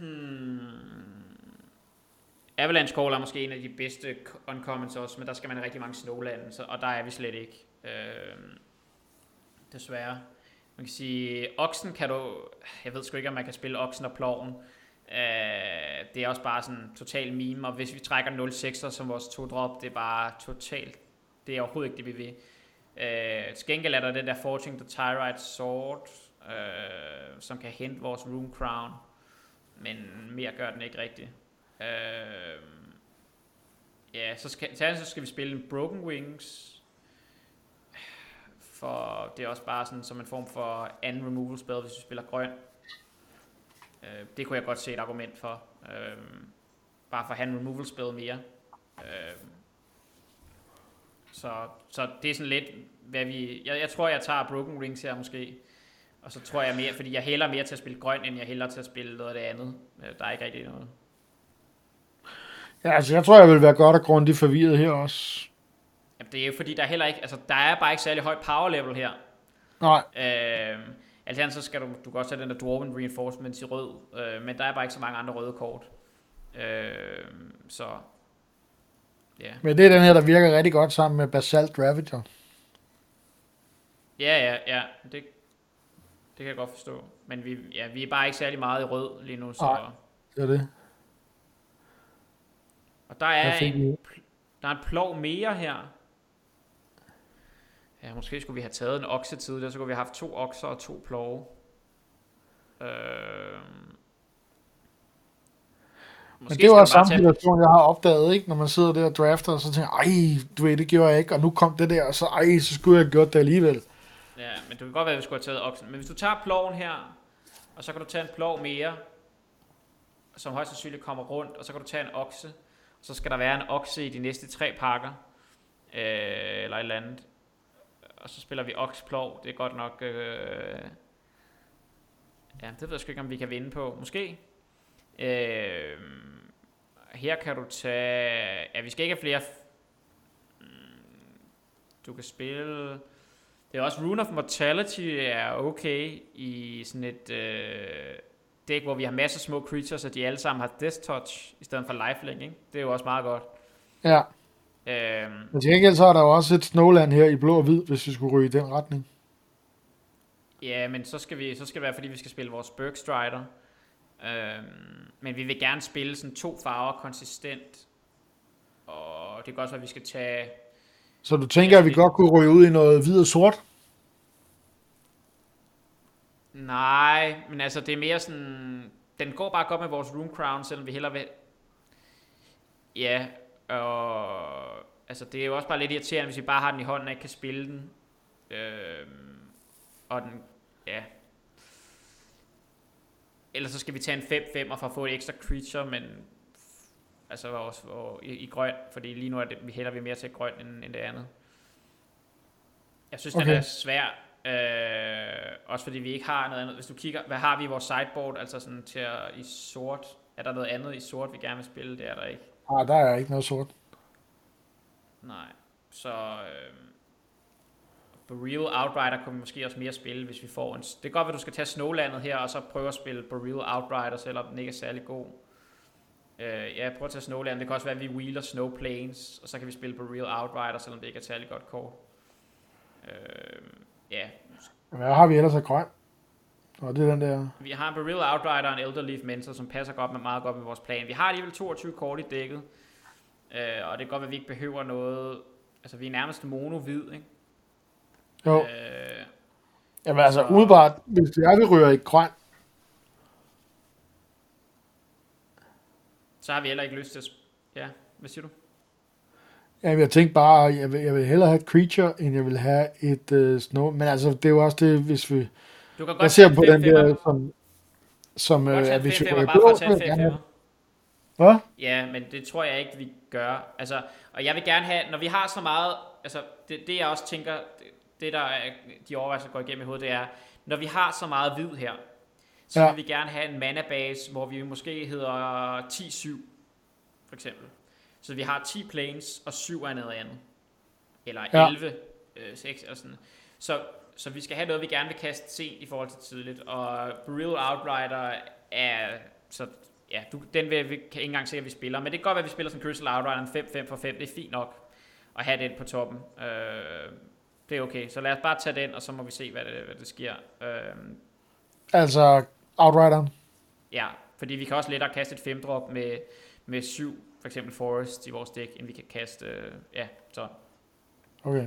Avalanche Call er måske en af de bedste uncommons også, men der skal man have rigtig mange snowlands, og der er vi slet ikke. Desværre. Man kan sige, oksen kan du. Jeg ved sgu ikke, om man kan spille oksen og ploven. Det er også bare sådan total meme, og hvis vi trækker 0/6'er som vores 2-drop, det er bare totalt. Det er overhovedet ikke det, vi vil. Til gengæld er der den der Forging the Tyrite Sword, som kan hente vores Rune Crown, men mere gør den ikke rigtigt. Ja, så skal vi spille en Broken Wings, for det er også bare sådan som en form for anden removal spell, hvis vi spiller grøn. Det kunne jeg godt se et argument for. Bare for at have en removal spell mere. Så det er sådan lidt, hvad vi. Jeg tror, jeg tager Broken Wings her måske. Og så tror jeg mere, fordi jeg hælder mere til at spille grøn, end jeg hælder til at spille noget af det andet. Der er ikke rigtig noget. Ja, altså jeg tror, jeg vil være godt og grundigt forvirret her også. Jamen, det er jo fordi, der er heller ikke, altså der er bare ikke særlig højt power level her. Nej. Alternativt så skal du kan også have den der Dwarven Reinforcements i rød, men der er bare ikke så mange andre røde kort. Så ja. Men det er den her, der virker rigtig godt sammen med Basalt Ravager. Ja, det kan jeg godt forstå. Men vi er bare ikke særlig meget i rød lige nu, så. Nej, det er det. Og der er en plov mere her. Ja, måske skulle vi have taget en okse tidligere, så kunne vi have haft 2 okser og 2 plove. Men det var samme situation, jeg har opdaget, ikke? Når man sidder der og drafter, og så tænker jeg, det gjorde jeg ikke, og nu kom det der, og så så skulle jeg have gjort det alligevel. Ja, men det kan godt være, at vi skulle have taget oksen. Men hvis du tager ploven her, og så kan du tage en plov mere, som højst sandsynligt kommer rundt, og så kan du tage en okse, og så skal der være en okse i de næste 3 pakker, eller et eller andet. Og så spiller vi oksplov, det er godt nok. Ja, det ved jeg sgu ikke, om vi kan vinde på. Måske. Her kan du tage. Ja, vi skal ikke have flere. Du kan spille. Det er også Rune of Mortality er okay i sådan et dæk, hvor vi har masser af små creatures, og de alle sammen har Death Touch i stedet for lifelink, ikke? Det er jo også meget godt. Ja. Men til gengæld så er der jo også et Snowland her i blå og hvid, hvis vi skulle ryge i den retning. Ja, men så skal det være, fordi vi skal spille vores Bergstrider. Men vi vil gerne spille sådan 2 farver konsistent. Og det kan også være, at vi skal tage. Så du tænker, at vi godt kunne ryge ud i noget hvid og sort? Nej, men altså det er mere sådan. Den går bare godt med vores Rune Crown, selvom vi hellere vil. Ja, Og altså, det er jo også bare lidt irriterende, hvis vi bare har den i hånden og ikke kan spille den. Og den, ja. Ellers så skal vi tage en 5-5 for at få et ekstra creature, men altså også i grøn, fordi lige nu er det, vi hælder vi mere til grøn end det andet. Jeg synes, den er svær. Også fordi vi ikke har noget andet. Hvis du kigger, hvad har vi i vores sideboard, altså sådan til i sort? Er der noget andet i sort, vi gerne vil spille? Det er der ikke. Nej, der er ikke noget sort. Nej, så Boreal Outrider kunne vi måske også mere spille, hvis vi får en... Det er godt, at du skal tage Snowlandet her, og så prøve at spille Boreal Outrider, selvom den ikke er særlig god. Ja, prøv at tage Snowlandet. Det kan også være, at vi wheeler Snow Plains, og så kan vi spille Boreal Outrider, selvom det ikke er et særlig godt kort. Ja. Hvad har vi ellers af grøn? Og det er den der... Vi har en Boreal Outrider og en Elderleaf Mentor, som passer meget godt med vores plan. Vi har alligevel 22 kort i dækket. Og det er godt, at vi ikke behøver noget... Altså, vi er nærmest mono-hvid, ikke? Jo. Jamen altså, udebart, hvis det er, vi ryger i grøn... Så har vi heller ikke lyst til at... Ja, hvad siger du? Jamen, jeg tænkte bare, jeg vil hellere have et creature, end jeg vil have et snow. Men altså, det er jo også det, hvis vi... Du kan godt jeg ser på den der, som hvis vi ryger blå, så vil jeg gerne... Hvad? Ja, men det tror jeg ikke, vi gør. Altså, og jeg vil gerne have, når vi har så meget, altså det jeg også tænker, det der er, de overvejelser går igennem i hovedet, det er, når vi har så meget hvid her, så vil vi gerne have en mana base, hvor vi måske hedder 10-7, for eksempel. Så vi har 10 planes og 7 af noget andet. Eller 11, 6 eller sådan. Så vi skal have noget, vi gerne vil kaste sent i forhold til tidligt. Og Boreal Outrider er... Så ja, den kan ikke engang se, at vi spiller. Men det kan godt være, at vi spiller som Crystal Outrider en 5-5 for 5. Det er fint nok at have den på toppen. Det er okay. Så lad os bare tage den, og så må vi se, hvad det sker. Altså Outrider? Ja, fordi vi kan også lettere kaste et 5-drop med 7, for eksempel Forest i vores dæk, end vi kan kaste... ja, så... Okay.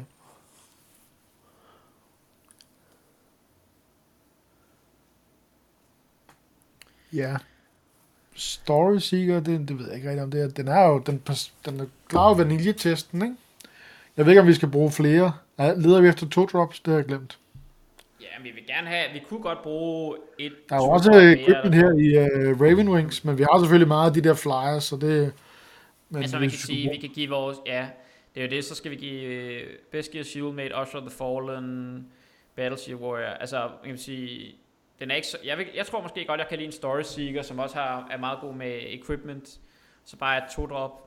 Ja. Story Seeker, det ved jeg ikke rigtig om det er. Den er jo, den klarer jo vaniljetesten, ikke? Jeg ved ikke, om vi skal bruge flere. Leder vi efter 2 drops? Det har jeg glemt. Ja, men vi vil gerne have, vi kunne godt bruge et... Der er jo også equipment her i Ravenwings, men vi har selvfølgelig meget af de der flyers, så det... Men altså man kan sige, vi kan give vores... Ja, det er jo det, så skal vi give Best Gear Shieldmate, Usher the Fallen, Battleship Warrior. Altså, man kan sige... Den er ikke så, jeg tror måske godt, jeg kan lide en Story Seeker, som også er meget god med equipment. Så bare et 2-drop.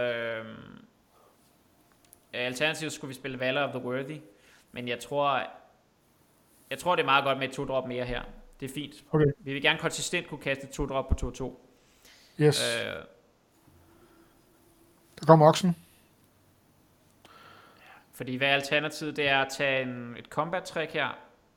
Alternativt skulle vi spille Valor of the Worthy. Men jeg tror det er meget godt med et 2-drop mere her. Det er fint. Okay. Vi vil gerne konsistent kunne kaste et 2-drop på 2-2. Yes. Der kommer oksen. Fordi hvad alternativet, det er at tage et combat trick her.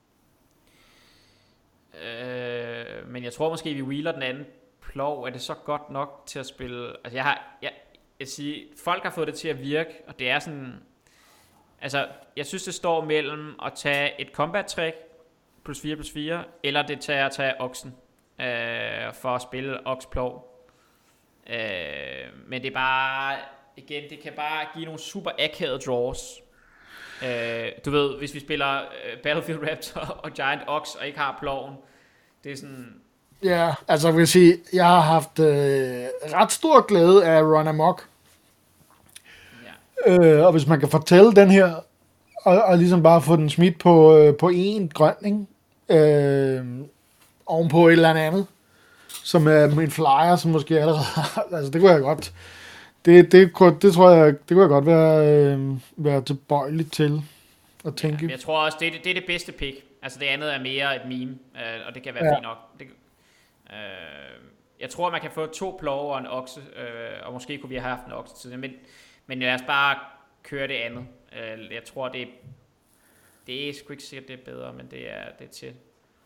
Men jeg tror måske vi wheeler den anden plov. Er det så godt nok til at spille? Altså jeg siger, folk har fået det til at virke, og det er sådan, altså jeg synes det står mellem at tage et combat trick +4/+4, eller det tager at tage oksen for at spille oksplov. Men det er bare igen, det kan bare give nogle super akavede draws. Du ved, hvis vi spiller Battlefield Raptor og Giant Ox og ikke har ploven, det er sådan... Ja, altså jeg vil sige, jeg har haft ret stor glæde af Run Amok. Ja. Og hvis man kan fortælle den her, og ligesom bare få den smidt på en grøn, ikke? Ovenpå et eller andet, som er en flyer, som måske allerede altså det kunne jeg godt... Det tror jeg, det kunne jeg godt være tilbøjelig til at tænke. Ja, jeg tror også, det er det bedste pick. Altså det andet er mere et meme, og det kan være fint nok. Jeg tror, man kan få 2 plove og en okse, og måske kunne vi have haft en okse til det, men lad os bare køre det andet. Jeg tror, det er sgu ikke sikkert, det er bedre, men det er tæt.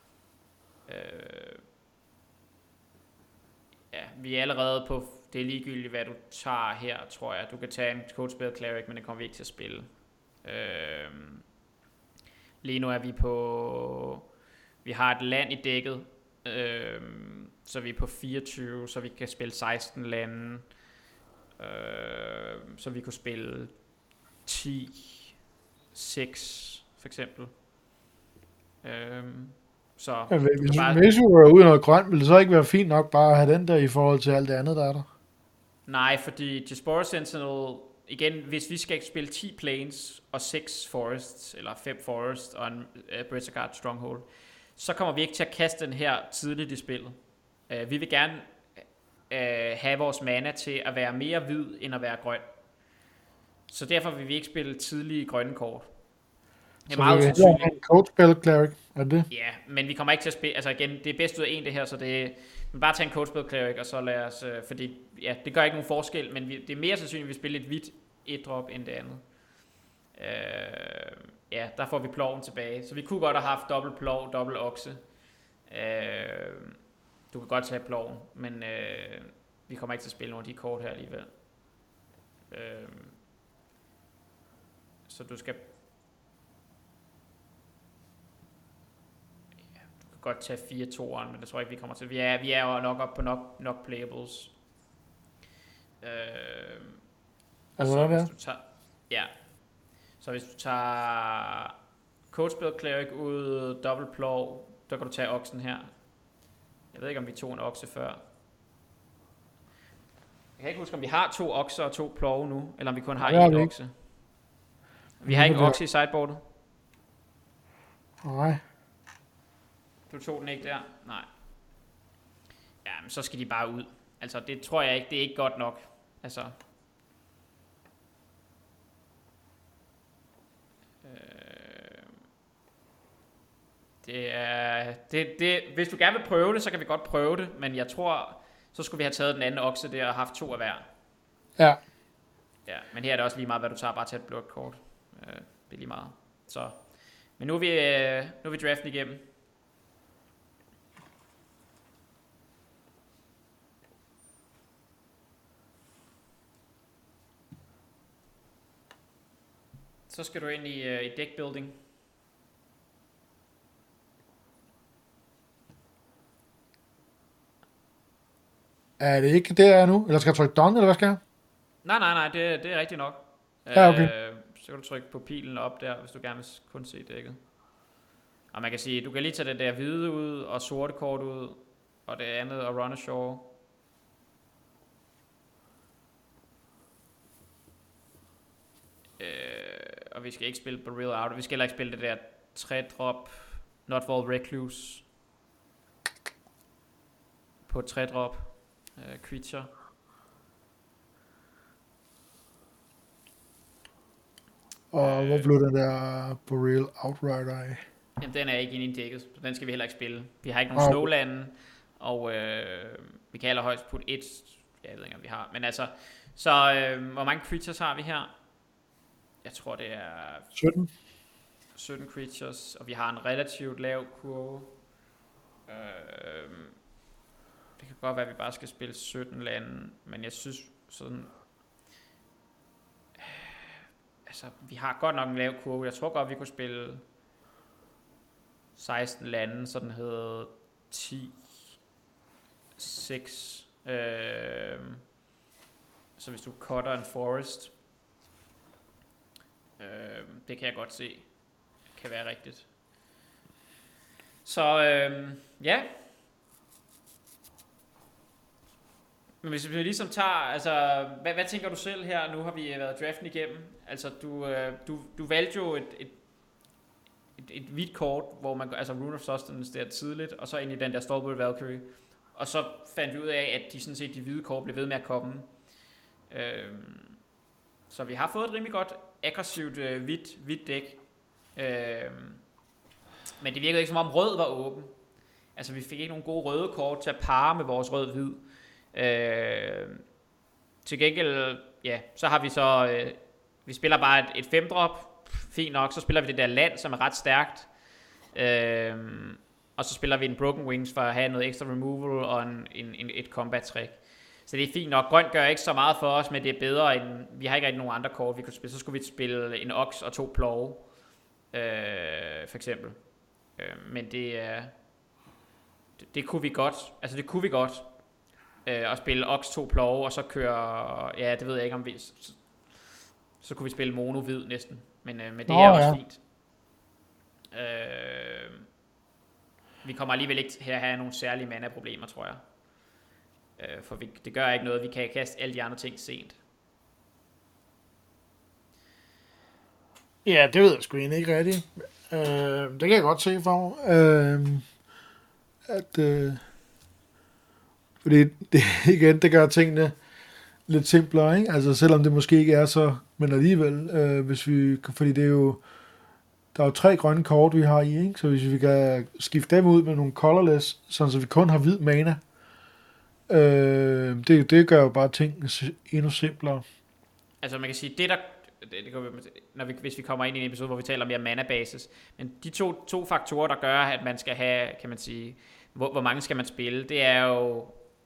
Ja, vi er allerede på... Det er ligegyldigt, hvad du tager her, tror jeg. Du kan tage en Coldspell Cleric, men det kommer vi ikke til at spille. Lige nu er vi på... Vi har et land i dækket, så vi er på 24, så vi kan spille 16 lande. Så vi kunne spille 10, 6 for eksempel. Så hvis du var ude i noget grønt, ville det så ikke være fint nok bare at have den der i forhold til alt det andet, der er der? Nej, fordi Diaspora Sentinel, igen, hvis vi skal spille 10 planes og 6 forests, eller 5 forests og en Brittagard Stronghold, så kommer vi ikke til at kaste den her tidligt i spillet. Vi vil gerne have vores mana til at være mere hvid, end at være grøn. Så derfor vil vi ikke spille tidlige grønne kort. Det er meget usandsynligt. En Codespell Cleric, er det? Ja, men vi kommer ikke til at spille, altså igen, det er bedst ud af en det her, så det er bare tage en Codespell Cleric, og så lad os, fordi ja, det gør ikke nogen forskel, men det er mere sandsynligt, at vi spiller et hvidt et-drop end det andet. Ja, der får vi ploven tilbage, så vi kunne godt have haft dobbelt plov, dobbelt okse. Du kan godt tage ploven, men vi kommer ikke til at spille nogle af de kort her alligevel. Så du skal godt tage 4 toeren, men det tror jeg ikke, vi kommer til. Vi er jo nok op på nok playables. Altså hvad så hvis du tager Codespell Cleric ud, dobbelt plov, så kan du tage oksen her. Jeg ved ikke, om vi tog en okse før. Jeg kan ikke huske, om vi har 2 okser og 2 plov nu, eller om vi kun har 1 okse. Vi har ikke okse i sideboardet. Nej. Du tog den ikke der? Nej. Ja, men så skal de bare ud. Altså, det tror jeg ikke, det er ikke godt nok. Altså. Hvis du gerne vil prøve det, så kan vi godt prøve det, men jeg tror, så skulle vi have taget den anden okse der og haft 2 af hver. Ja. Ja, men her er det også lige meget, hvad du tager, bare tage et blåt kort. Det er lige meget. Så. Men nu er vi draften igennem. Så skal du ind i deck building. Er det ikke det, jeg er nu? Eller skal jeg trykke done, eller hvad skal jeg? Nej, det er rigtigt nok. Ja, okay. Så kan du trykke på pilen op der, hvis du gerne vil kun se dækket. Og man kan sige, du kan lige tage det der hvide ud, og sorte kort ud, og det andet, og run ashore. Og vi skal ikke spille Burial Out. Vi skal heller ikke spille det der 3-drop Notfall Recluse på 3-drop creature. Og hvor blev den der Burial Outrider af? Jamen, den er ikke inde i dækket, så den skal vi heller ikke spille. Vi har ikke nogen snowlande, og vi kan allerhøjst putte et. Jeg ved ikke, om vi har. Men altså, så hvor mange creatures har vi her? Jeg tror, det er 17 creatures, og vi har en relativt lav kurve. Det kan godt være, at vi bare skal spille 17 lande, men jeg synes sådan. Altså, vi har godt nok en lav kurve. Jeg tror godt, vi kunne spille 16 lande, så den hedder 10, 6. Så hvis du cutter en forest, det kan jeg godt se kan være rigtigt. Så ja. Men hvis vi ligesom tager, altså, hvad tænker du selv her? Nu har vi været draften igennem. Altså, du valgte jo et hvidt kort, hvor man, altså Rune of Sustenance der tidligt, og så ind i den der Stalwart Valkyrie. Og så fandt vi ud af, at de hvide kort blev ved med at komme. Så vi har fået et rimelig godt aggressivt hvidt dæk. Men det virkede ikke som om rød var åben. Altså vi fik ikke nogen gode røde kort til at parre med vores rød-hvid. Til gengæld, ja, så har vi så, vi spiller bare et 5-drop, fint nok, så spiller vi det der land, som er ret stærkt. Og så spiller vi en Broken Wings for at have noget ekstra removal og et combat trick. Så det er fint nok. Grønt gør ikke så meget for os, men det er bedre end, vi har ikke rigtig nogen andre kort, vi kunne spille. Så skulle vi spille en oks og 2 plove, for eksempel. Men det kunne vi godt. Altså det kunne vi godt. og spille Ox 2 plove, og så køre, ja, det ved jeg ikke om vi, så kunne vi spille mono hvid næsten, men det er også fint. Vi kommer alligevel ikke her at have nogle særlige mana-problemer, tror jeg. For det gør ikke noget, vi kan kaste alle de andre ting sent. Ja, det ved jeg sgu egentlig ikke rigtigt. Det kan jeg godt se for fordi det, igen, det gør tingene lidt simplere, ikke? Altså selvom det måske ikke er så, men alligevel, fordi det er jo, der er jo 3 grønne kort, vi har i, ikke? Så hvis vi kan skifte dem ud med nogle colorless, sådan så vi kun har hvid mana, det gør jo bare ting endnu simplere. Altså man kan sige, hvis vi kommer ind i en episode, hvor vi taler mere mana-basis, men de to faktorer, der gør, at man skal have, kan man sige, hvor mange skal man spille, det er jo,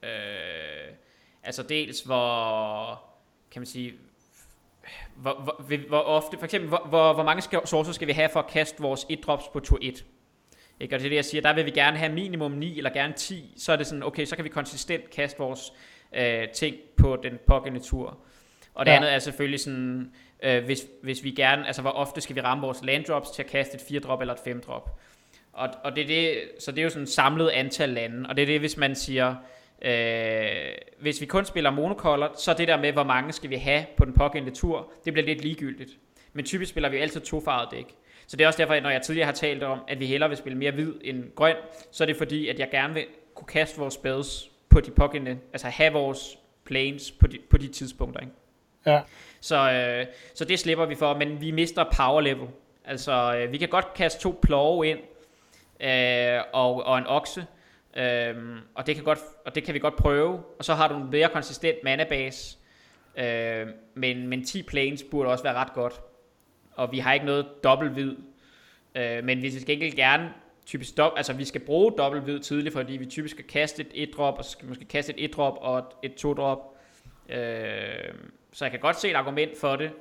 altså dels hvor, kan man sige, hvor ofte, for eksempel, hvor mange sourcer skal vi have for at kaste vores 1-drops på tur 1? Ikke? Og det er det, jeg siger, der vil vi gerne have minimum 9 eller gerne 10, så er det sådan, okay, så kan vi konsistent kaste vores ting på den pågældende tur. Og det andet er selvfølgelig sådan, hvis vi gerne, altså hvor ofte skal vi ramme vores landdrops til at kaste et 4-drop eller et 5-drop. Og det er det, så det er jo sådan et samlet antal lande, og det er det, hvis man siger, hvis vi kun spiller monocolor, så det der med, hvor mange skal vi have på den pågældende tur, det bliver lidt ligegyldigt. Men typisk spiller vi altid tofarvet dæk. Så det er også derfor, når jeg tidligere har talt om, at vi hellere vil spille mere hvid end grøn, så er det fordi, at jeg gerne vil kunne kaste vores spells på de pågældende, altså have vores planes på de tidspunkter, ikke? Ja. Så det slipper vi for, men vi mister power level. Altså, vi kan godt kaste 2 plove ind, og en okse, og det kan vi godt prøve, og så har du en mere konsistent mana base, men 10 planes burde også være ret godt, og vi har ikke noget dobbelt hvid, men vi skal ikke gerne typisk altså vi skal bruge dobbelt hvid tidligt, fordi vi typisk skal kaste et 1-drop, og så skal vi måske kaste et 1-drop og et 2-drop, så jeg kan godt se et argument for det,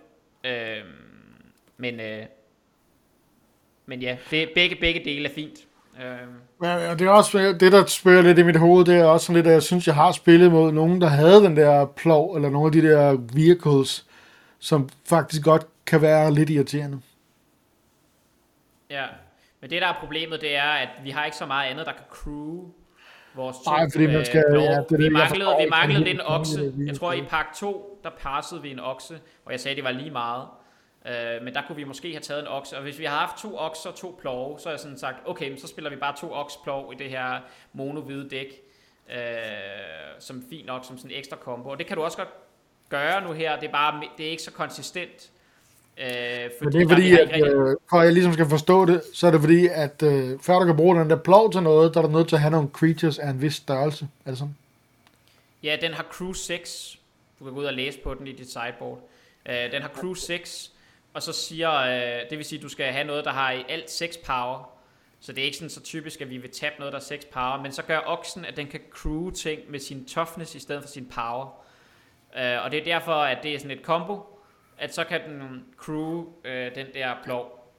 men ja, begge dele er fint. Ja, det er også det, der spørger lidt i mit hoved, det er også sådan lidt, at jeg synes, jeg har spillet mod nogen, der havde den der plov, eller nogle af de der vehicles, som faktisk godt kan være lidt irriterende. Ja, men det der er problemet, det er, at vi har ikke så meget andet, der kan crew vores ting. Nej, fordi man skal... vi manglede lidt en okse. Jeg tror, i pakke 2, der passede vi en okse, og jeg sagde, det var lige meget. Men der kunne vi måske have taget en okse, og hvis vi har haft 2 okser og 2 plove, så har jeg sådan sagt, okay, så spiller vi bare 2 oksplov i det her mono-hvide dæk, som fint nok, som sådan en ekstra combo, og det kan du også godt gøre nu her, det er ikke så konsistent. Fordi det er fordi, for jeg ligesom skal forstå det, så er det fordi, at før du kan bruge den der plov til noget, der er du nødt til at have nogle creatures af en vis størrelse, er det sådan? Ja, den har crew 6, du kan gå ud og læse på den i dit sideboard. Den har crew 6, og så siger, det vil sige, at du skal have noget, der har i alt 6 power. Så det er ikke sådan så typisk, at vi vil tabe noget, der er 6 power. Men så gør oksen, at den kan crew ting med sin toughness i stedet for sin power. Og det er derfor, at det er sådan et combo, at så kan den crew den der plov.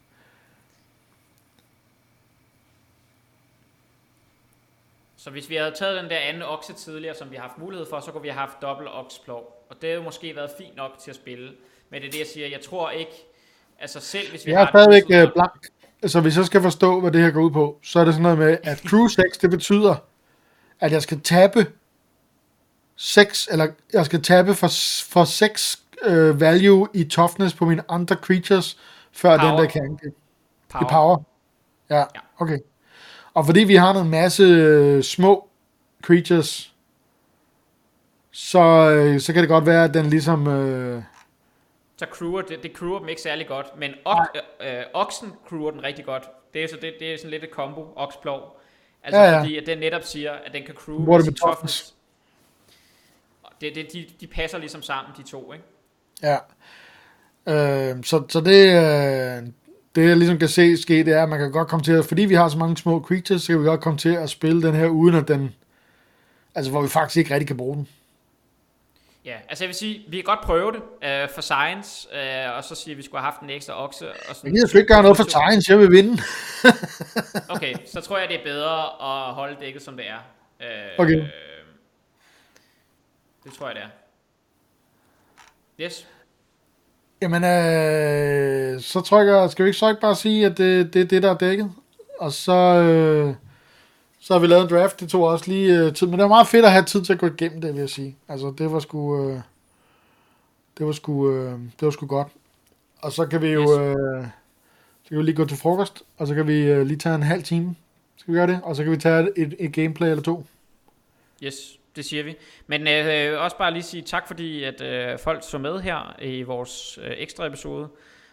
Så hvis vi havde taget den der anden okse tidligere, som vi har haft mulighed for, så kunne vi have haft dobbelt oksplov. Og det har jo måske været fint nok til at spille. Men det er det, jeg siger. Jeg tror ikke, altså selv hvis vi har... Jeg er stadigvæk blank. Så hvis jeg skal forstå, hvad det her går ud på, så er det sådan noget med, at crew 6, det betyder, at jeg skal tabe 6, eller jeg skal tabe for 6 value i toughness på mine andre creatures, før power. Den der kan power. I power. Ja, okay. Og fordi vi har en masse små creatures, så kan det godt være, at den ligesom... Så crewer det crewer dem ikke særlig godt, men oksen crewer den rigtig godt. Det er sådan lidt et combo, oksplov. Altså fordi, at den netop siger, at den kan crew med sin toughness. De passer ligesom sammen, de to, ikke? Ja. Så det jeg ligesom kan se ske, det er, at man kan godt komme til at, fordi vi har så mange små creatures, så kan vi godt komme til at spille den her, uden at den, altså hvor vi faktisk ikke rigtig kan bruge den. Ja, altså jeg vil sige, vi kan godt prøve det for science, og så sige, at vi skulle have haft en ekstra okse. Og sådan, jeg gider sgu ikke gøre noget for science, jeg vil vinde. Okay, så tror jeg, det er bedre at holde dækket, som det er. Okay. Det tror jeg, det er. Yes. Jamen, så skal vi ikke bare sige, at det er det, der er dækket? Og så har vi lavet en draft, det tog også lige tid, men det var meget fedt at have tid til at gå igennem det, vil jeg sige. Altså, det var sgu godt. Og så kan vi jo, så kan vi lige gå til frokost, og så kan vi lige tage en halv time. Skal vi gøre det? Og så kan vi tage et gameplay eller 2. Yes, det siger vi. Men også bare lige sige tak, fordi at folk så med her i vores ekstra episode.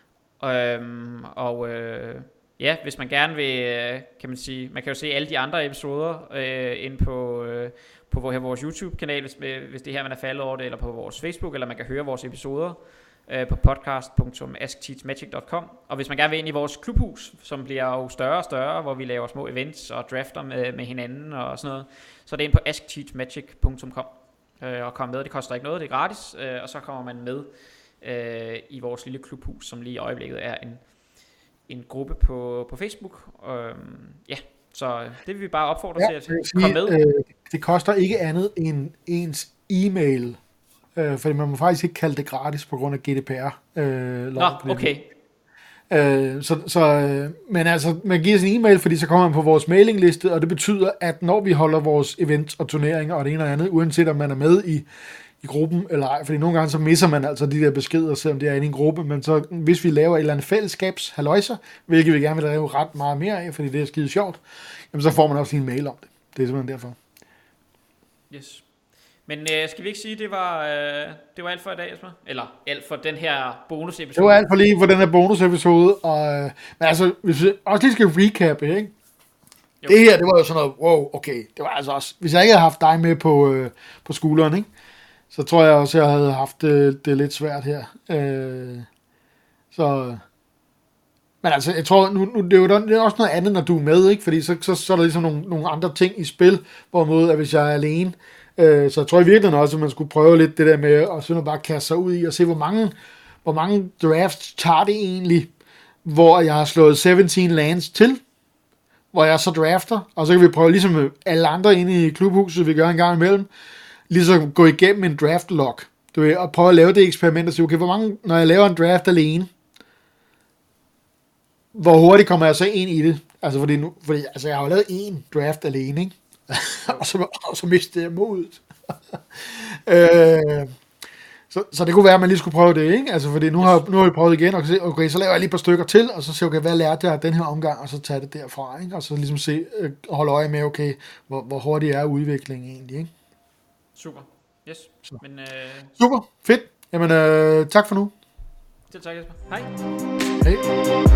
Ja, hvis man gerne vil, kan man sige, man kan jo se alle de andre episoder inde på vores YouTube-kanal, hvis det her man er faldet over det, eller på vores Facebook, eller man kan høre vores episoder på podcast.askteachmagic.com. Og hvis man gerne vil ind i vores klubhus, som bliver jo større og større, hvor vi laver små events og drafter med hinanden og sådan noget, så er det ind på askteachmagic.com og kom med. Det koster ikke noget, det er gratis, og så kommer man med i vores lille klubhus, som lige i øjeblikket er en gruppe på Facebook. Ja, så det vil vi bare opfordre til at komme med. Det koster ikke andet end ens e-mail, fordi man må faktisk ikke kalde det gratis på grund af GDPR. Nå, okay. Men altså, man giver sin e-mail, fordi så kommer man på vores mailingliste, og det betyder, at når vi holder vores events og turneringer og det ene og andet, uanset om man er med i gruppen eller ej, fordi nogle gange så misser man altså de der beskeder, selvom det er inde i en gruppe, men så hvis vi laver et eller andet fællesskabshaløjser, hvilket vi gerne vil lave ret meget mere af, fordi det er skide sjovt, jamen så får man også en mail om det. Det er simpelthen derfor. Yes. Men skal vi ikke sige, det var alt for i dag, Jesper? Eller alt for den her bonusepisode? Det var alt for lige for den her bonusepisode, og men altså, hvis vi også lige skal recappe, ikke? Jo. Det her, det var jo sådan noget, wow, okay, det var altså også, hvis jeg ikke havde haft dig med på skulderen, ikke? Så tror jeg også, jeg havde haft det lidt svært her. Men altså, jeg tror, nu det er også noget andet, når du er med, ikke? Fordi så er der ligesom nogle andre ting i spil, hvorimod, at hvis jeg er alene, så jeg tror i virkeligheden også, at man skulle prøve lidt det der med, at sådan bare kaste sig ud i, og se, hvor mange drafts tager det egentlig, hvor jeg har slået 17 lands til, hvor jeg så drafter, og så kan vi prøve ligesom alle andre inde i klubhuset, vi gør en gang imellem, ligesom gå igennem en draft log, du ved, og prøve at lave det eksperiment og sige, okay, hvor mange, når jeg laver en draft alene, hvor hurtigt kommer jeg så ind i det? Altså, fordi jeg har jo lavet en draft alene, ikke? og så mistede jeg modet. Så det kunne være, at man lige skulle prøve det, ikke? Altså, fordi nu har vi prøvet igen, og okay, så laver jeg lige et par stykker til, og så ser okay, hvad lærte jeg af den her omgang, og så tager det derfra, ikke? Og så ligesom holde øje med, okay, hvor hurtigt er udviklingen egentlig, ikke? Super. Yes. Men, super. Fedt. Jamen, tak for nu. Til tak, Jesper. Hej. Hej.